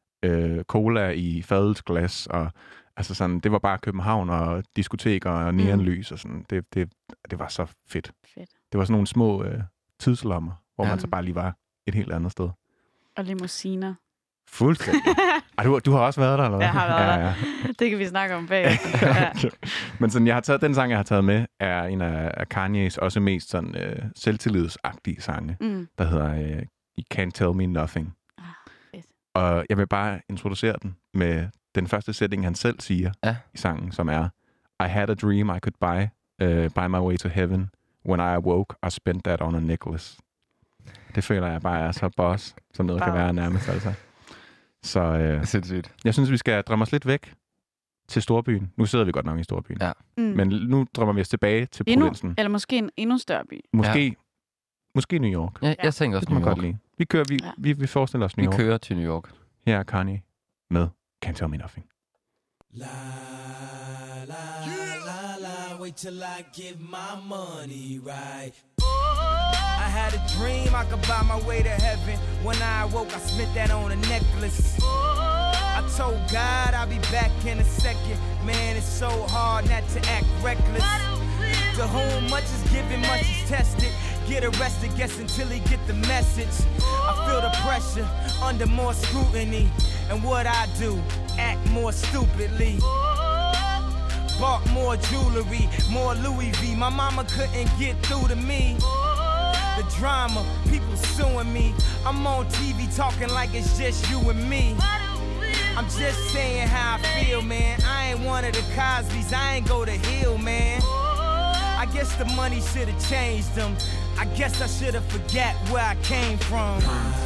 øh, cola i fadelsglas, og altså sådan, det var bare København og diskoteker og neonlys og sådan. Det, det, det var så fedt. Fedt. Det var sådan nogle små øh, tidslommer, hvor Ja. man så bare lige var et helt andet sted. Og limousiner. Fuldstændig. Ej, du, du har også været der, eller hvad? Jeg har været ja, ja. Det kan vi snakke om bagefter. Ja. Men sådan, jeg har taget, den sang, jeg har taget med, er en af, af Kanye's også mest sådan, øh, selvtillidsagtige sange, Mm. der hedder øh, You Can't Tell Me Nothing. Ah, fedt. Og jeg vil bare introducere den med den første sætning, han selv siger Ja. i sangen, som er I had a dream I could buy, uh, buy my way to heaven. When I awoke, I spent that on a necklace. Det føler jeg bare er så boss, som noget kan Wow. være nærmest, altså. Så øh, Sindssygt. jeg synes, vi skal drømme os lidt væk til storbyen. Nu sidder vi godt nok i storbyen. Ja. Mm. Men nu drømmer vi os tilbage til endnu, provinsen. eller måske en endnu større by. Måske, ja. måske New York. Ja, jeg tænker også Det kan man New York. godt lide. Vi, kører, vi, Ja. vi, vi forestiller os New Vi York. kører til New York. Her er Kanye med Can't Tell Me Nothing. La la la la, wait till I get my money right. I had a dream I could buy my way to heaven. When I awoke, I spent that on a necklace. I told God I'll be back in a second. Man, it's so hard not to act reckless. To whom much is given, much is tested. Get arrested, guess until he get the message. I feel the pressure under more scrutiny. And what I do, act more stupidly. Bought more jewelry, more Louis V. My mama couldn't get through to me. The drama, people suing me. I'm on T V talking like it's just you and me. I'm just saying how I feel, man. I ain't one of the Cosbys, I ain't go to Hill, man. I guess the money should have changed them. I guess I should have forgot where I came from.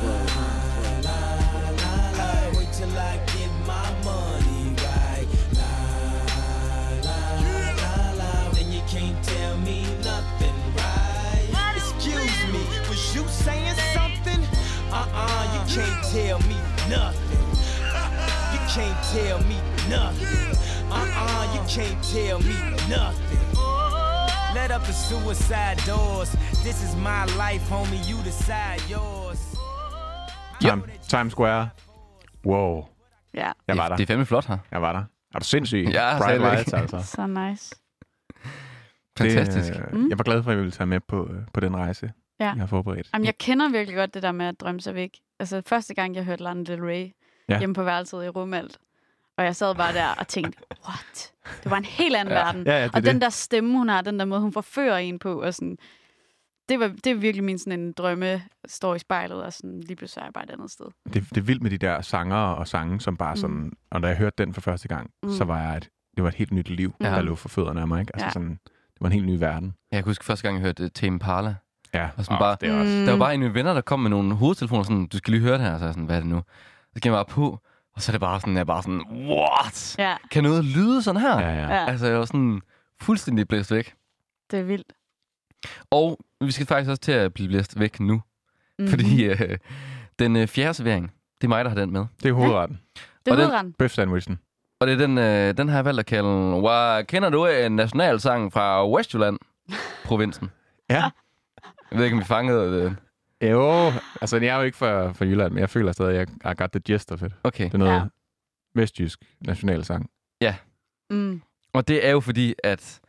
Wait till I get my money right. La la la la. Then you can't tell me nothing, right? Excuse me, was you saying something? Uh-uh, you can't tell me nothing. You can't tell me nothing. Uh-uh, you can't tell me nothing. Let up the suicide doors. This is my life, homie. You decide yours. Time, Times Square. Wow. Ja, Jeg var der. Det er fandme flot her. Jeg var der. Er du sindssyg? Ja, Bright stadigvæk. Lights, altså. så nice. Fantastisk. Det, Mm. øh, jeg var glad for, at jeg ville tage med på, øh, på den rejse, Ja. jeg har forberedt. Jamen, jeg kender virkelig godt det der med at drømme sig væk. Altså, første gang, jeg hørte Lana Del Rey Ja. hjemme på værelset i Rumalt, og jeg sad bare der og tænkte, what? Det var en helt anden Ja. verden. Ja, ja, det er Og den det. der stemme, hun har, den der måde, hun forfører en på, og sådan, det, var, det er virkelig min sådan en drømme, står i spejlet, og sådan, lige pludselig er jeg bare et andet sted. Det, det er vildt med de der sanger og sange, som bare sådan... Mm. Og da jeg hørte den for første gang, Mm. så var jeg et, det var et helt nyt liv, Ja. der lå for fødderne af mig. Ikke? Altså Ja. sådan, det var en helt ny verden. Jeg kan huske første gang, jeg hørte uh, Tame Impala. Ja, Og sådan bare- det er også... Mm. Der var bare en af mine venner, der kom med nogle hovedtelefoner, sådan, du skal lige høre det her. Så jeg sådan, hvad er det nu? Så gik jeg bare på, og så er det bare sådan, jeg er bare sådan, what? Ja, Kan noget lyde sådan her? Ja, ja. ja, Altså, jeg var sådan fuldstændig blæst væk. det er vildt. Og vi skal faktisk også til at blive blæst væk nu. Mm. Fordi øh, den øh, fjerde servering, det er mig, der har den med. Det er hovedretten. det er og den- hovedretten. Bøf sandwichen. Og det er den, øh, den har jeg valgt at kalde, wow, kender du en nationalsang fra Westjylland? Provinsen. Ja. Jeg ved ikke, om vi fangede det. Jo, altså jeg er jo ikke fra, fra Jylland, men jeg føler stadig, at jeg I got the gist of it. Okay. Det er noget Ja. ja. vestjysk nationalsang. Mm. Og det er jo fordi, at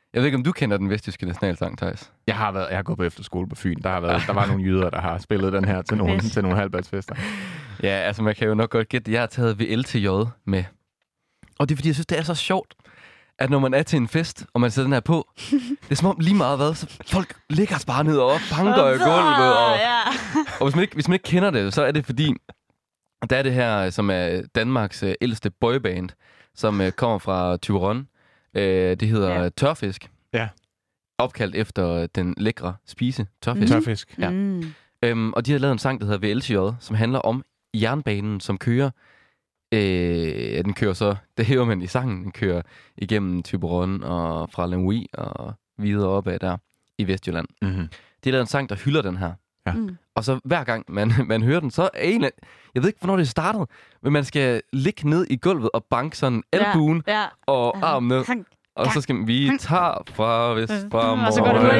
Jeg ved ikke, om du kender den vestjyske nationalsang, Thijs? Jeg har været, jeg har gået på efterskole på Fyn. Der har været, der var nogle jyder, der har spillet den her til nogle, til nogle halvbærtsfester. Ja, altså man kan jo nok godt gætte, jeg har taget V L T J med. Og det er fordi, jeg synes, det er så sjovt, at når man er til en fest, og man sætter den her på, det er som om lige meget hvad, så folk ligger bare ned og banker i gulvet. Og, og hvis, man ikke, hvis man ikke kender det, så er det fordi, der er det her, som er Danmarks øh, ældste boyband, som øh, kommer fra Thyborøn. Øh, det hedder ja. Tørfisk. Ja. Opkaldt efter den lækre spise, tørfisk. Mm. Tørfisk. Ja. Mm. Øhm, og de har lavet en sang, der hedder V L T J, som handler om jernbanen, som kører. Øh, den kører så, det hæver man i sangen, den kører igennem Thyborøn og fra Lemvig og videre opad der i Vestjylland. Mm-hmm. De har lavet en sang, der hylder den her. Ja. Mm. Og så hver gang man, man hører den, så er en af, jeg ved ikke, hvornår det startede, men man skal ligge ned i gulvet og banke sådan albuen ja, ja. og ja. armen ned. Og så skal vi tager fra vest fra morgen. Og så går det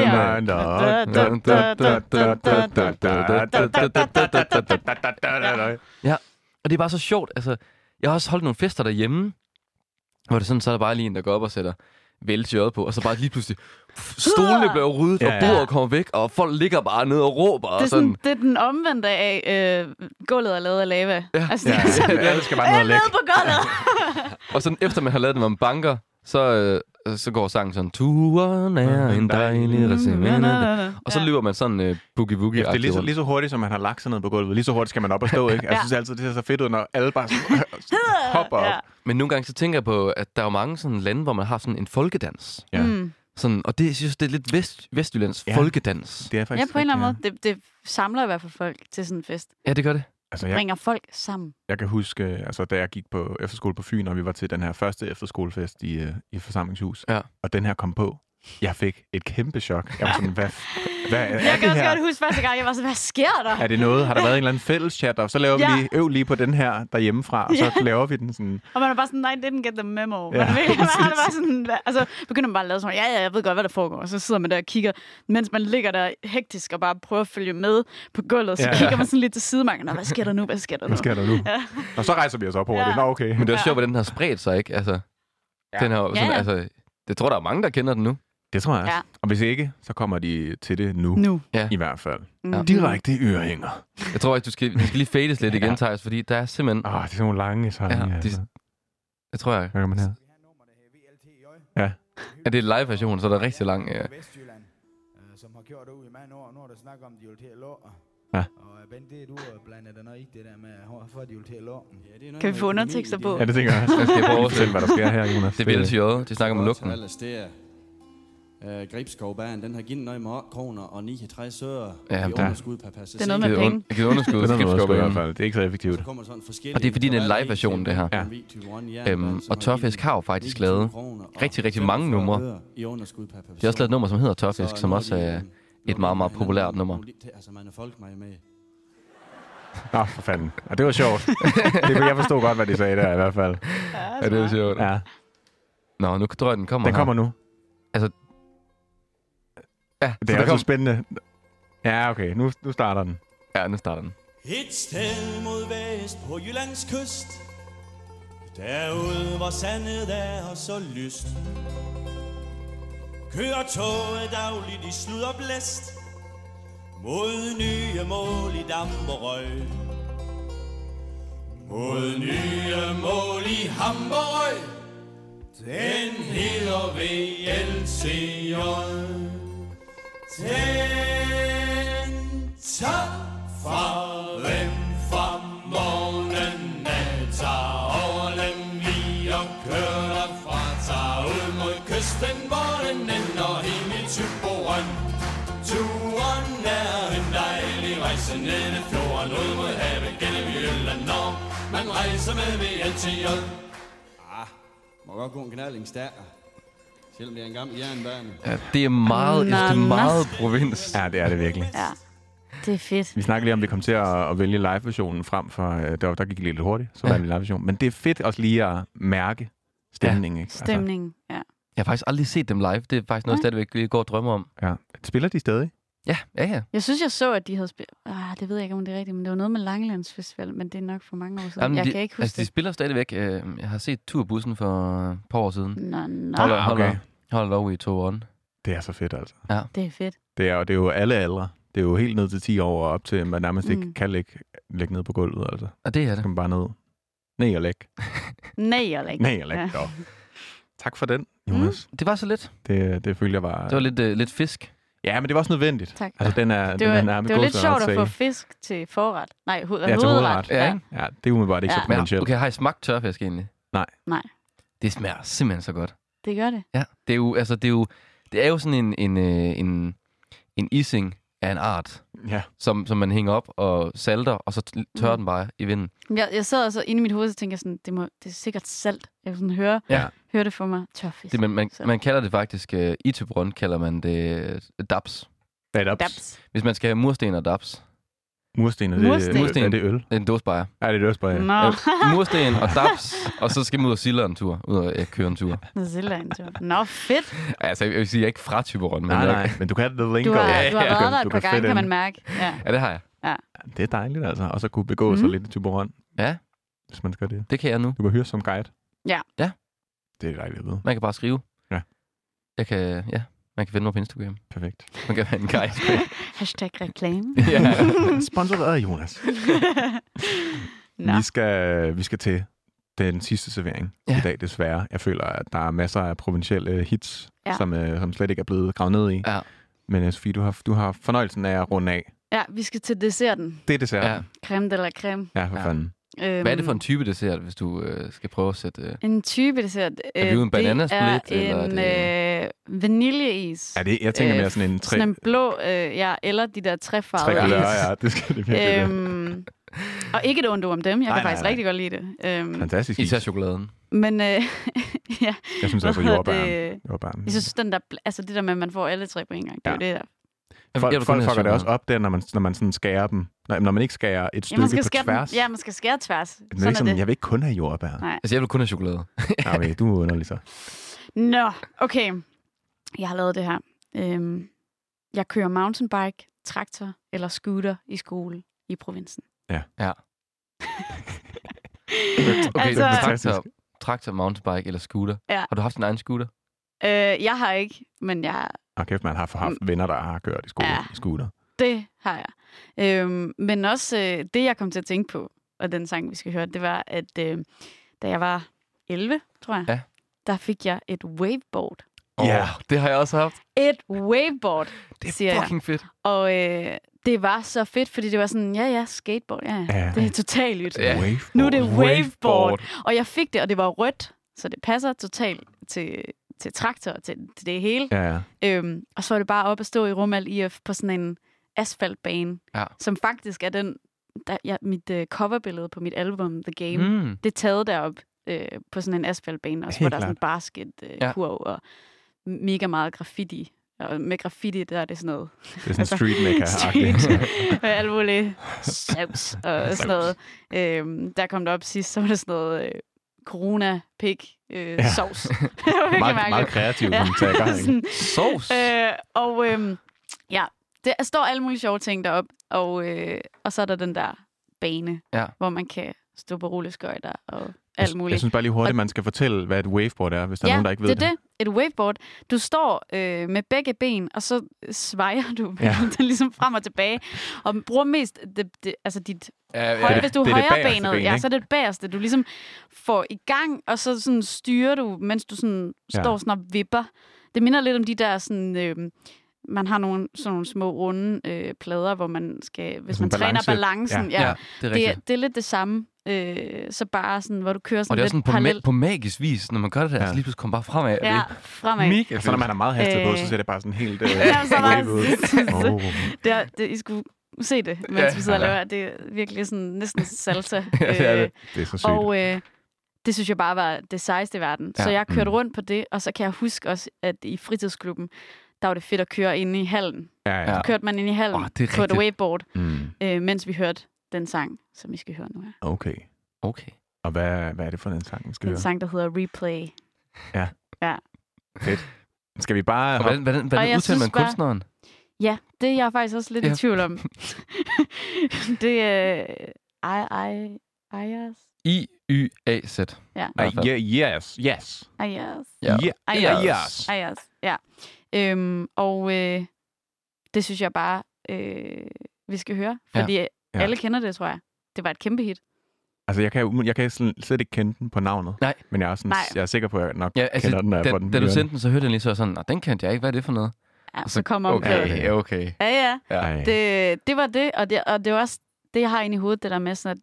hurtigt. Ja, og det er bare så sjovt. Altså, jeg har også holdt nogle fester derhjemme, hvor det sådan, så er der bare lige en, der går op og sætter V L T J på, og så bare lige pludselig stolene bliver ryddet, og bordet kommer væk, og folk ligger bare ned og råber. Det er, sådan, sådan. Det er den omvendte af, øh, gulvet er lavet af lava. Ja, altså, ja, ja, sådan, ja, det skal bare ned og lægge. på gulvet! Og sådan efter man har lavet det, man banker, så, øh, så går sangen sådan, turen er en dejlig reservende. Og så løber man sådan øh, boogie-woogie. Ja, det er lige så, lige så hurtigt, som man har lagt sig ned på gulvet. Lige så hurtigt skal man op og stå, ikke? Jeg synes altid, det ser så fedt ud, når alle bare hopper op. Ja. Men nogle gange så tænker jeg på, at der er mange sådan lande, hvor man har sådan en folkedans. Ja. Mm. Sådan, og det jeg synes det er lidt vest, Vestjyllands ja. folkedans. Det er faktisk ja, på en eller anden måde. Det, det samler i hvert fald folk til sådan en fest. Ja, det gør det. Altså, jeg, bringer folk sammen. Jeg kan huske, altså, da jeg gik på efterskole på Fyn, og vi var til den her første efterskolefest i, i forsamlingshus, ja. og den her kom på, jeg fik et kæmpe chok. Jeg var sådan, hvad, hvad er jeg det kan også her? godt huske første gang, jeg var sådan, hvad sker der? Er det noget? Har der været en eller anden fælles chat, og så laver ja. vi lige, øv lige på den her derhjemmefra, og så ja. laver vi den sådan. Og man er bare sådan, nej, didn't get the memo. Ja, man er bare sådan, altså begynder man bare at lave sådan, ja, ja, jeg ved godt, hvad der foregår. Og så sidder man der og kigger, mens man ligger der hektisk og bare prøver at følge med på gulvet. Så ja. kigger man sådan lidt til sidemarken, og hvad sker der nu? Hvad sker der nu? Hvad sker der nu? Ja. Og så rejser vi os op over ja. det. Nå, okay. Men det er også sjovt, at den har spredt sig, ikke? Altså, ja. den her, sådan, ja, ja. altså, det tror der er mange, der kender den nu. Det tror jeg også. Ja. Og hvis ikke, så kommer de til det nu. Nu. Ja. I hvert fald. Mm. Direkte ørehænger. Jeg tror ikke, du skal, du skal lige fades lidt ja. igen, Thijs, fordi der er simpelthen... Åh, oh, det er sådan nogle lange sange. Ja, de, altså. Det tror jeg. Hvad kan man her? Ja. Ja, det er live-version, så der er rigtig lang... Ja. Vestjylland, som har kørt ud i mange år, når der snakker om, de vil til at lå. Ja. Og Bent, det du blander der noget i det der med, hvorfor de vil til at lå. Kan vi få undertekster på? Ja, det tænker jeg også. Jeg skal prøve at fortælle, hvad der sker her, Jonas. Det er V L T J, de snakker om lugten. Uh, Gribskovbanen, den har givet noget med kroner og niogtres øre ja, i underskud per passager. Det er noget med penge. Det er underskud, det er noget i hvert fald. Det er ikke så effektivt. Så og det er fordi, det er en live-version, det her. Ja. Øhm, og Tørfisk har jo faktisk lavet rigtig, rigtig mange numre. De har også lavet et nummer, som hedder Tørfisk, som også er et meget, meget populært nummer. Nå, for fanden. Og det var sjovt. det, jeg forstod godt, hvad de sagde der i hvert fald. Ja, det var sjovt. Ja. Nå, nu tror jeg, den kommer Den kommer her. nu. Altså, ja, det er også kom... spændende. Ja, okay. Nu, nu starter den. Ja, nu starter den. Et sted mod vest på Jyllands kyst, derude hvor sandet er så lyst, kører toget dagligt i slud og blæst, mod nye mål i damp og røg. Mod nye mål i Hamburg, den hedder V L T J. Den tager farven fra morgenen af, tager over Lemvig og kører derfra, tager ud mod kysten, hvor den ender hen i Thyborøn. Turen er en dejlig rejse ned ad fjorden, ud mod havet gennem Jylland, når man rejser med V L T J. Ah, må godt gå en knaldings der. Selvom det er en gammel jernbane. Ja, det er meget, det er meget provins. Ja, det er det virkelig. Ja, det er fedt. Vi snakker lige om, vi kom til at, at vælge live-versionen frem for, uh, der, der gik lidt hurtigt, så ja. valgte vi live-versionen. Men det er fedt også lige at mærke stemningen. Ja. Ikke? Stemningen, ja. Jeg har faktisk aldrig set dem live. Det er faktisk noget, stadigvæk vi går og drømmer om. Ja. Spiller de stadig? Ja, ja, ja. Jeg synes, jeg så, at de havde spillet... Ah, det ved jeg ikke, om det er rigtigt, men det var noget med Langelandsfestival, men det er nok for mange år siden. Jamen, jeg de, kan ikke huske altså, de spiller stadigvæk. Jeg har set turbussen for et par år siden. Nå, nå. Holder, ah, okay. Hold lov i to år. Det er så fedt, altså. Ja. Det er fedt. Det er, det er jo alle aldre. Det er jo helt ned til ti år og op til, man nærmest mm. ikke kan ligge, ligge ned på gulvet, altså. Og det er det. Så kan man bare ned. Ned og læg. Nej, og læg. Ned og læg, ja. Tak for den, Jonas. Mm. Det var så lidt. Det, det følte jeg var... Det var lidt, uh, lidt fisk. Ja, men det var også nødvendigt. Tak. Altså, den er, det den var, er nærmest det var lidt sjovt at at få fisk til forret. Nej, ho- ja, til hovedret. hovedret. Ja, ikke? Ja, det er umiddelbart ikke Ja. så potentielt. Okay, har I smagt tørfisk egentlig? Nej. Nej. Det smager simpelthen så godt. Det gør det. Ja, det er jo, altså, det er jo, det er jo sådan en, en, en, en ising af en art, Ja. som, som man hænger op og salter, og så tørrer mm. den bare i vinden. Jeg, jeg sad altså inde i mit hoved, og tænkte jeg sådan, det, må, det er sikkert salt. Jeg kan sådan høre, Ja. høre det for mig. Tørfisk. Det, man, man, Salt. man kalder det faktisk, uh, i Thyborøn kalder man det uh, daps. Hvad er det? Daps. Hvis man skal have mursten og daps, Mursten, er det, Mursten. Mursten. Er det øl? det er en dåsebajer. Ja, det er det også bare. Nå, Ja, mursten og daps, og så skal man ud og sille en tur, ud og ja, køre en tur. Zealand. Nå, fedt. Altså, jeg vil sige, jeg er ikke fra Thyborøn, men Nej, jeg, nej, men du kan det lingo. Du har, Ja, du har ja. været der Du et par kan gange, fit kan man in. mærke. Ja. ja, det har jeg. Det er dejligt, altså. Og så kunne begå sig Mhm. lidt i Thyborøn, Ja, hvis man skal det. det kan jeg nu. Du kan hyre som guide. Ja. Ja. Det er dejligt at vide. Man kan bare skrive. Ja. Jeg kan, ja, man kan finde mig på Instagram. Perfekt. Man kan have en guide. Hashtag reklame. ja. Sponsoreret af Jonas. Nå. Vi skal, vi skal til den sidste servering Ja. i dag, desværre. Jeg føler, at der er masser af provincielle hits, Ja. som, øh, som slet ikke er blevet gravet ned i. Ja. Men øh, Sofie, du har, du har fornøjelsen af at runde af. Ja, vi skal til desserten. Det er dessert. Ja. Ja, Creme de la creme. ja for Ja. fanden. Øhm, Hvad er det for en type dessert, hvis du øh, skal prøve at sætte... Øh... En type dessert. Er vi ude en bananasplit, Det er eller er en øh, vaniljeis. Er det, jeg tænker Øh, mere sådan en tre, Sådan en blå, øh, ja, eller de der træfarvede tre kulør, is. ja, det skal det virkelig være. Øhm, og ikke et ondt ord om dem. Jeg Nej, kan nej, faktisk nej. rigtig godt lide det. Øhm, Fantastisk is. Især chokoladen. men øh, ja, Jeg synes hvad altså hedder jordbær. det? jordbær. Jeg synes, den der, altså det der med, at man får alle tre på en gang, det er Ja. jo det der. Folk, Jeg vil kun folk have fucker det også chokolade. op der, når man, når man sådan skærer dem. Når, når man ikke skærer et Ja, stykke man skal på skære tværs. Den, ja, man skal skære tværs. Men det er Sådan ikke sådan, er det. jeg vil ikke kun have jordbær. Nej. Altså, jeg vil kun have chokolade. Ja, okay, du er underlig så. Nå, okay. Jeg har lavet det her. Øhm, jeg kører mountainbike, traktor eller scooter i skole i provinsen. Ja. Okay, Altså- altså, traktor, traktor, mountainbike eller scooter. Ja. Har du haft en egen scooter? Øh, jeg har ikke, men jeg har Og kæft, man har haft venner, der har kørt i skole, Ja. i scooter. Det har jeg. Øhm, men også øh, det, jeg kom til at tænke på, og den sang, vi skal høre, det var, at øh, da jeg var elleve, tror jeg, Ja. der fik jeg et waveboard. Ja. Åh, det har jeg også haft. Et waveboard, Det siger er jeg. fucking fedt. Og øh, det var så fedt, fordi det var sådan, ja, ja, skateboard, ja, Ja. ja. Det er totalt nyt. Ja. Waveboard. Nu er det waveboard. Waveboard. Og jeg fik det, og det var rødt, så det passer totalt til, til traktor, til, til det hele. Ja, ja. Øhm, og så var det bare op at stå i Rumald I F på sådan en asfaltbane, Ja. som faktisk er den, der, ja, mit uh, coverbillede på mit album, The Game, mm. Mm. det er taget derop øh, på sådan en asfaltbane, også, Helt hvor der er sådan en klart. basketkurv øh, Ja. og mega meget graffiti. Og med graffiti, der er det sådan noget Det er sådan street maker street, med alt muligt saus og sådan noget. Øhm, der kom der op sidst, så var det sådan noget øh, corona-pig øh, Ja. ja. sovs. Det var virkelig meget, mærkeligt. meget kreativt, som tager i gang. ikke? Sådan, Sovs. øh, og øhm, ja, der står alle mulige sjove ting derop, og, øh, og så er der den der bane, Ja. hvor man kan stå på rulleskøjter og Jeg, alt muligt. jeg synes bare lige hurtigt, man skal fortælle, hvad et waveboard er, hvis der er ja, nogen, der ikke ved det er det. Et waveboard. Du står øh, med begge ben, og så svejer du Ja. den ligesom frem og tilbage, og bruger mest det, det, altså dit Ja, højre, det- hvis du er det er det højre bagerste benet, ben, ja, ikke? så er det det bagerste. Du ligesom får i gang, og så sådan styrer du, mens du sådan Ja. står sådan og vipper. Det minder lidt om de der sådan... Øh, man har nogle sådan nogle små runde øh, plader, hvor man skal, hvis Sådan man træner balance. balancen, ja, ja, ja, det er det, rigtigt. er, det er lidt det samme. Øh, så bare sådan, hvor du kører Og sådan det er lidt sådan på, ma- parallelt. på magisk vis, når man gør det der, Ja. så lige pludselig kommer bare fremad. Ja, Det er fremad. mega Og så når man har meget hastighed på, så Øh. ser det bare sådan helt... Øh, Ja, så bare- wave ud. Oh. Det, er, det, I skulle se det, mens Ja. vi sidder og Ja. laver det. er virkelig sådan næsten salsa. Ja, det er det. Det er så sygt. Og øh, det synes jeg bare var det sejeste i verden. Ja. Så jeg kørte Mm. rundt på det, og så kan jeg huske også, at i fritidsklubben, der var det fedt at køre inde i hallen. ja, ja. Ja. Kørte man ind i hallen Åh, det er på et rigtigt. waveboard, Mm. øh, mens vi hørte den sang, som vi skal høre nu her. Okay. Okay. Og hvad, hvad er det for en sang, vi skal Den høre? sang, der hedder Replay. Fedt. Skal vi bare... Og hoppe- hvordan, hvordan, Og hvordan jeg udtaler man synes bare- kunstneren? Ja, det er jeg faktisk også lidt Ja. i tvivl om. det er... I, I, Ayaz. I Y A Z. Ja. Ej, yeah, yes, yes. Ayaz. Ja. Yeah, Ayaz. yes. Ayaz. Ja. Øhm, og øh, det synes jeg bare, øh, vi skal høre. Fordi ja. alle kender det, tror jeg. Det var et kæmpe hit. Altså, jeg kan, jeg kan slet ikke kende den på navnet. Nej. Men jeg er, sådan, jeg er sikker på, at jeg nok ja, altså, kender den, når jeg da, får den. Da du sendte den, så hørte jeg lige så sådan, nej, den kendte jeg ikke. Hvad er det for noget? Ja, så, så kommer okay, okay, okay. Ja, ja. ja. Det, det var det, og det, og det var også det, jeg har inde i hovedet, det der med sådan, at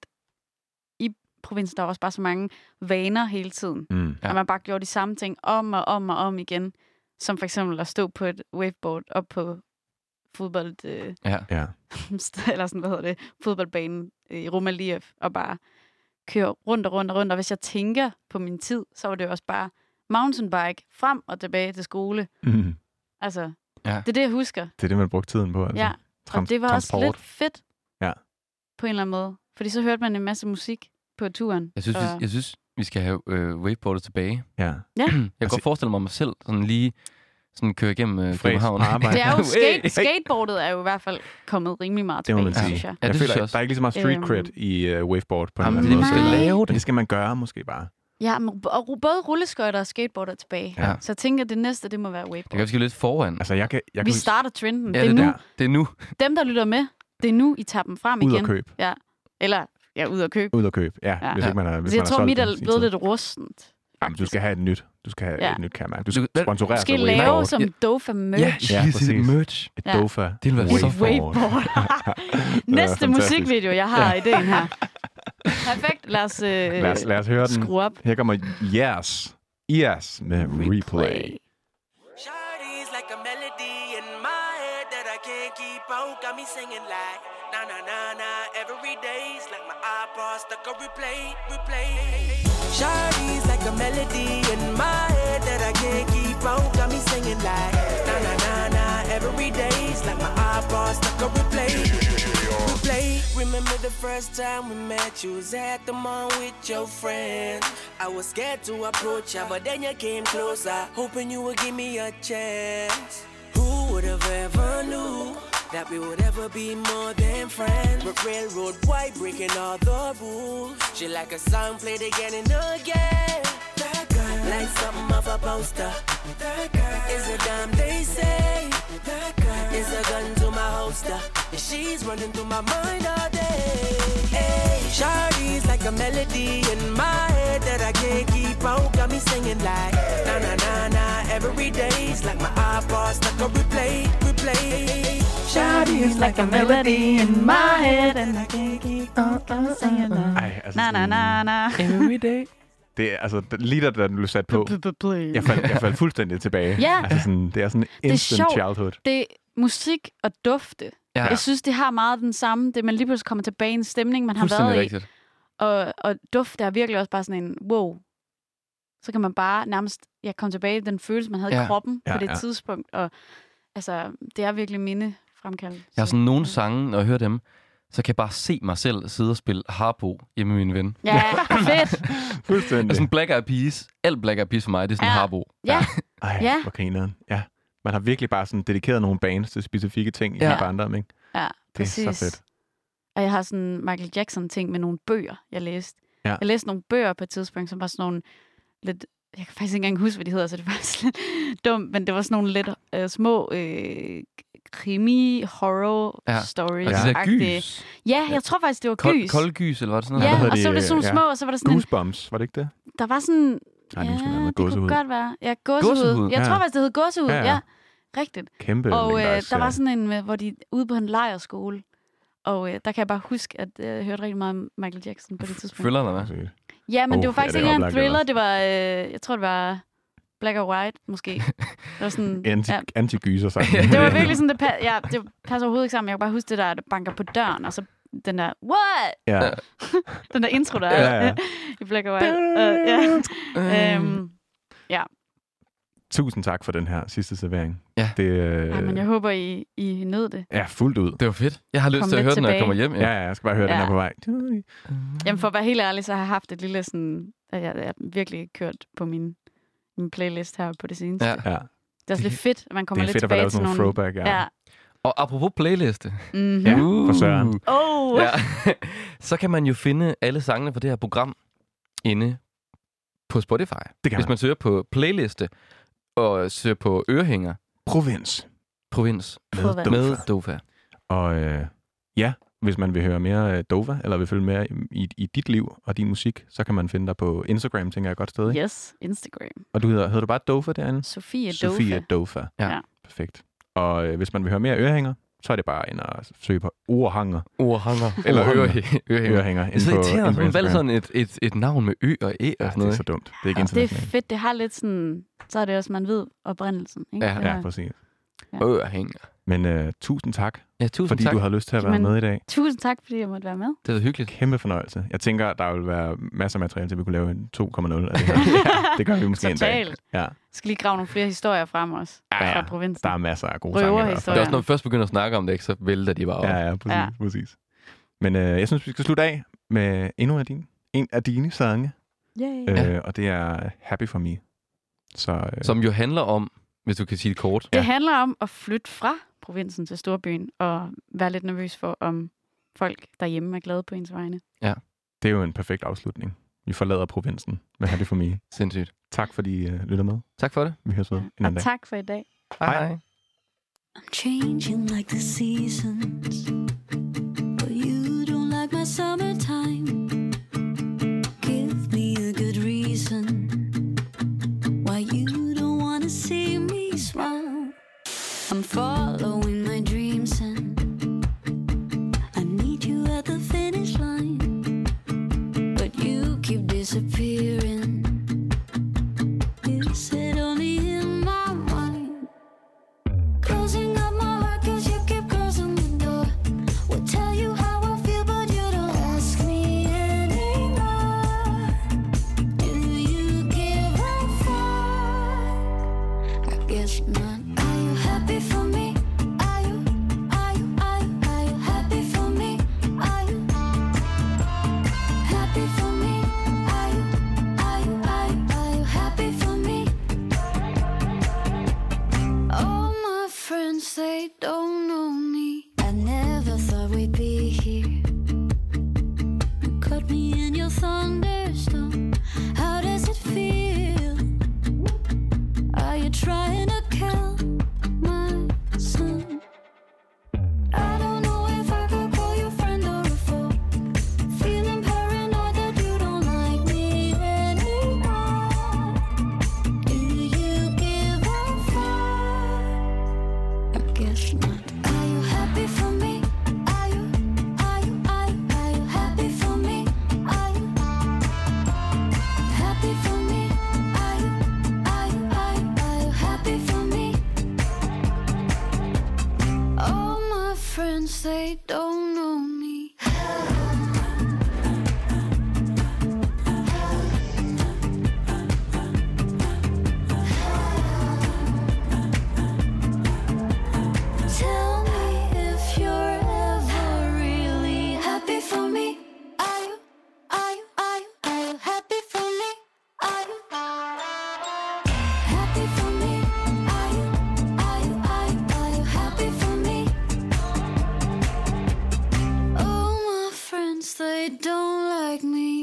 i provinsen, der var også bare så mange vaner hele tiden. Mm. Ja. Og man bare gjorde de samme ting om og om og om igen. Som for eksempel at stå på et waveboard op på fodbold... Øh, ja. ja. eller sådan, hvad hedder det? Fodboldbanen i Romaliev, og bare køre rundt og rundt og rundt. Og hvis jeg tænker på min tid, så var det også bare mountainbike frem og tilbage til skole. Mm. Altså, ja. det er det, jeg husker. Det er det, man brugte tiden på. Altså. Ja, og Trans- det var transport. også lidt fedt. Ja. På en eller anden måde. Fordi så hørte man en masse musik på turen. Jeg synes, og... vi, jeg synes vi skal have øh, waveboardet tilbage. Ja. ja. Jeg kan altså, godt forestille mig mig selv sådan lige sådan køre igennem øh, København. Det er jo skate, skateboardet er jo i hvert fald kommet rimelig meget tilbage, det synes jeg. Ja, jeg det føler, synes der er ikke lige så meget street cred øhm... i uh, waveboard på Jamen, en det eller anden måde. Det, lave det. det skal man gøre måske bare. Ja, og både rulleskøjter og skateboard er tilbage. Ja. Så jeg tænker, at det næste, det må være waveboard. Det kan vi lidt foran. Altså, jeg kan, jeg vi kan... starter trenden. Ja, det, er det, nu. det er nu. Dem, der lytter med, det er nu, I tager dem frem ud igen. Ud og køb. Ja. Eller, ja, ud og køb. Ud og køb, ja. ja. Hvis ja. ikke man er, hvis så jeg man tror, mit er den, blevet lidt rustent. Jamen, du skal have et nyt. Du skal have ja. et nyt, kan jeg mærke. Du skal du, sponsorere Du skal lave waveboard. Som Dofa merch. Ja, ja præcis. merch. Et ja. Dofa det vil være waveboard. waveboard. Næste musikvideo, jeg har ja. idéen her. Perfekt. Lad os, øh, lad os, lad os høre den. Skru op. Her kommer Yes. Yes med Replay. Replay. Shawty's like a melody in my head that I can't keep out. Got me singing like na na na na every day's like my iPod stuck on replay, replay. Shawty's like a melody in my head that I can't keep out. Got me singing like na na na na every day's like my iPod stuck on replay, replay. Remember the first time we met? You was at the mall with your friends. I was scared to approach you, but then you came closer, hoping you would give me a chance. Who would have ever knew that we would ever be more than friends? But railroad white breaking all the rules. She like a song played again and again. That girl, like something off a poster. That girl is a dime they say. That girl is a gun to my holster. And she's running through my mind all day. Hey, Shawty's like a melody in my head that I can't keep out. Got me singing like na na na na every day's like my iPod stuck on replay, replay. Shawty's like a melody in my head and I can't keep on singing like na na na na every day. Det er altså lige da den blev sat på. Jeg faldt, jeg faldt fuldstændig tilbage. Ja. Altså sådan, det er sådan instant childhood. Det er musik og dufte. Ja. Jeg synes, det har meget den samme. Det man lige pludselig kommer tilbage i en stemning, man har været rigtigt. i. Og, og duft er virkelig også bare sådan en wow. Så kan man bare nærmest ja, komme tilbage i den følelse, man havde ja. i kroppen ja, på det ja. tidspunkt. Og altså, det er virkelig minde fremkaldt. Jeg har sådan nogle sange, når jeg hører dem, så kan jeg bare se mig selv sidde og spille harpo hjemme med min ven. Ja, fedt. Fuldstændig. Altså Black Eyed Peas. Alt Black Eyed Peas for mig, det er sådan ja. harpo. Ja. Ej, ja. hvor grineren. Ja. Man har virkelig bare sådan dedikeret nogle bands til specifikke ting ja. i barndom, ikke? Ja, præcis. Det er så fedt. Og jeg har sådan Michael Jackson-ting med nogle bøger, jeg læste. Ja. Jeg læste nogle bøger på et tidspunkt, som var sådan nogle lidt... Jeg kan faktisk ikke engang huske, hvad de hedder, så det var faktisk lidt dumt, men det var sådan nogle lidt øh, små øh, krimi, horror ja. stories. Og det der gys. Ja, jeg tror faktisk, det var Kold, gys. Kold gys, eller var det sådan ja, noget? Ja, og så var det sådan nogle ja. små, og så var der sådan Goosebumps, var det ikke det? Der var sådan... Nej, ja, det gåsehud. Kunne godt være. Ja, gåsehud. gåsehud. Jeg ja. tror faktisk, det hed gåsehud. Ja, ja. ja. Rigtigt. Kæmpe og øh, der var sådan en, hvor de ude på en lejrskole. Og øh, der kan jeg bare huske, at jeg hørte rigtig meget om Michael Jackson på det tidspunkt. Thriller, eller hvad? Ja, men oh, det var faktisk ja, ikke en thriller. Det var, øh, jeg tror, det var Black or White, måske. Det var sådan... Anti, ja. Anti-gyser sammen. Det var virkelig sådan, det, pa- ja, det passer overhovedet ikke sammen. Jeg kan bare huske det der, der banker på døren, og så den der, what? Ja. Den der intro, der er ja, ja. i Black or White. Uh, ja. Um, ja. Tusind tak for den her sidste servering. Ja. Det, øh... ja, men jeg håber, I, I nød det. Ja, fuldt ud. Det var fedt. Jeg har lyst Kom til at høre den, når jeg kommer hjem. Ja, ja, jeg skal bare høre ja. den her på vej. Jamen, for at være helt ærlig, så har jeg haft et lille sådan, at jeg, jeg har virkelig kørt på min, min playlist her på det seneste. Ja. ja. Det er også lidt fedt, at man kommer lidt tilbage til nogle... Det er fedt at få lavet sådan nogle throwback, ja. ja. Og apropos playliste. Mm-hmm. Ja, for søren. Oh. Ja. Så kan man jo finde alle sangene fra det her program inde på Spotify. Det kan Hvis man. man søger på playliste og søger på ørehænger. Provins. Provins. Provins. Med Dofa. Og øh, ja, hvis man vil høre mere øh, Dova, eller vil følge mere i, i dit liv og din musik, så kan man finde dig på Instagram, tænker jeg et godt sted, ikke? Yes, Instagram. Og du hedder, hedder du bare Dova derinde? Sofie Dofa. Sofie Dofa. Ja. Ja. Perfekt. Og øh, hvis man vil høre mere ørehænger, så er det bare ind og søge på ordhanger. Ordhanger. Eller Eller ørehænger. ørehænger. Ørehænger. Det er så irriterende, at man valgte sådan et, et, et navn med ø og æ og Ja, sådan det er noget. så dumt. Det er ikke Det er internationalt. fedt, det har lidt sådan... Så er det også, man ved oprindelsen, ikke? Ja, Ja, præcis. Ja. Ørehænger. Men øh, tusind tak, Ja, tusind fordi tak. du har lyst til at være Jamen, med i dag. Tusind tak, fordi jeg måtte være med. Det var hyggeligt. Kæmpe fornøjelse. Jeg tænker, der vil være masser af materiale til, at vi kunne lave en to komma nul af det her. Det gør vi måske en dag. Totalt. Ja. Jeg skal lige grave nogle flere historier frem også. Ja, ja. Fra provinsen. Der er masser af gode sange. i hvert fald. Røverhistorier. Det er også, når vi først begynder at snakke om det, ikke, så vælter de bare op. Ja, ja, præcis. Ja. Ja. præcis. Men øh, jeg synes, vi skal slutte af med endnu af din, en af dine sange. Yay. Øh, og det er Happy For Me. Så, øh, Som jo handler om, hvis du kan sige det kort. Det handler om at flytte fra provinsen til storbyen, og være lidt nervøs for, om folk derhjemme er glade på ens vegne. det er jo en perfekt afslutning. Vi forlader provinsen med Happy For Me. Sindssygt. Tak fordi I øh, lytter med. Tak for det. Vi høres ved en Og anden dag. tak for i dag. Hej. Hej. Hej. I'm changing like the seasons, but you don't like my summertime. Give me a good reason why you don't want to see me smile. I'm following my dreams and I need you at the finish line, but you keep disappearing. Is it only in my mind? Closing up my heart cause you keep closing the door. Will tell you how I feel but you don't ask me anymore. Do you give a fuck? I guess not. Are you happy for me? Are you, are you, are you, are you happy for me? Are you happy for me? Are you, are you, are you, are you happy for me? All my friends, they don't know me. I never thought we'd be here. You caught me in your thunderstorm. How does it feel? Are you trying to kill my son? I don't know if I could call you friend or a foe. Feeling paranoid that you don't like me anymore. Do you give a fuck? I guess not. Are you happy for me? Are you, are you, are you, are you happy for me? Are you happy for me? Are you, are you, are you, are you happy for me? All my friends, they don't know me. Tell me if you're ever really happy for me. Are you, are you, are you, are you happy for me? Are you happy for me? Are you, are you, are you, are you happy for me? All my friends, they don't like me.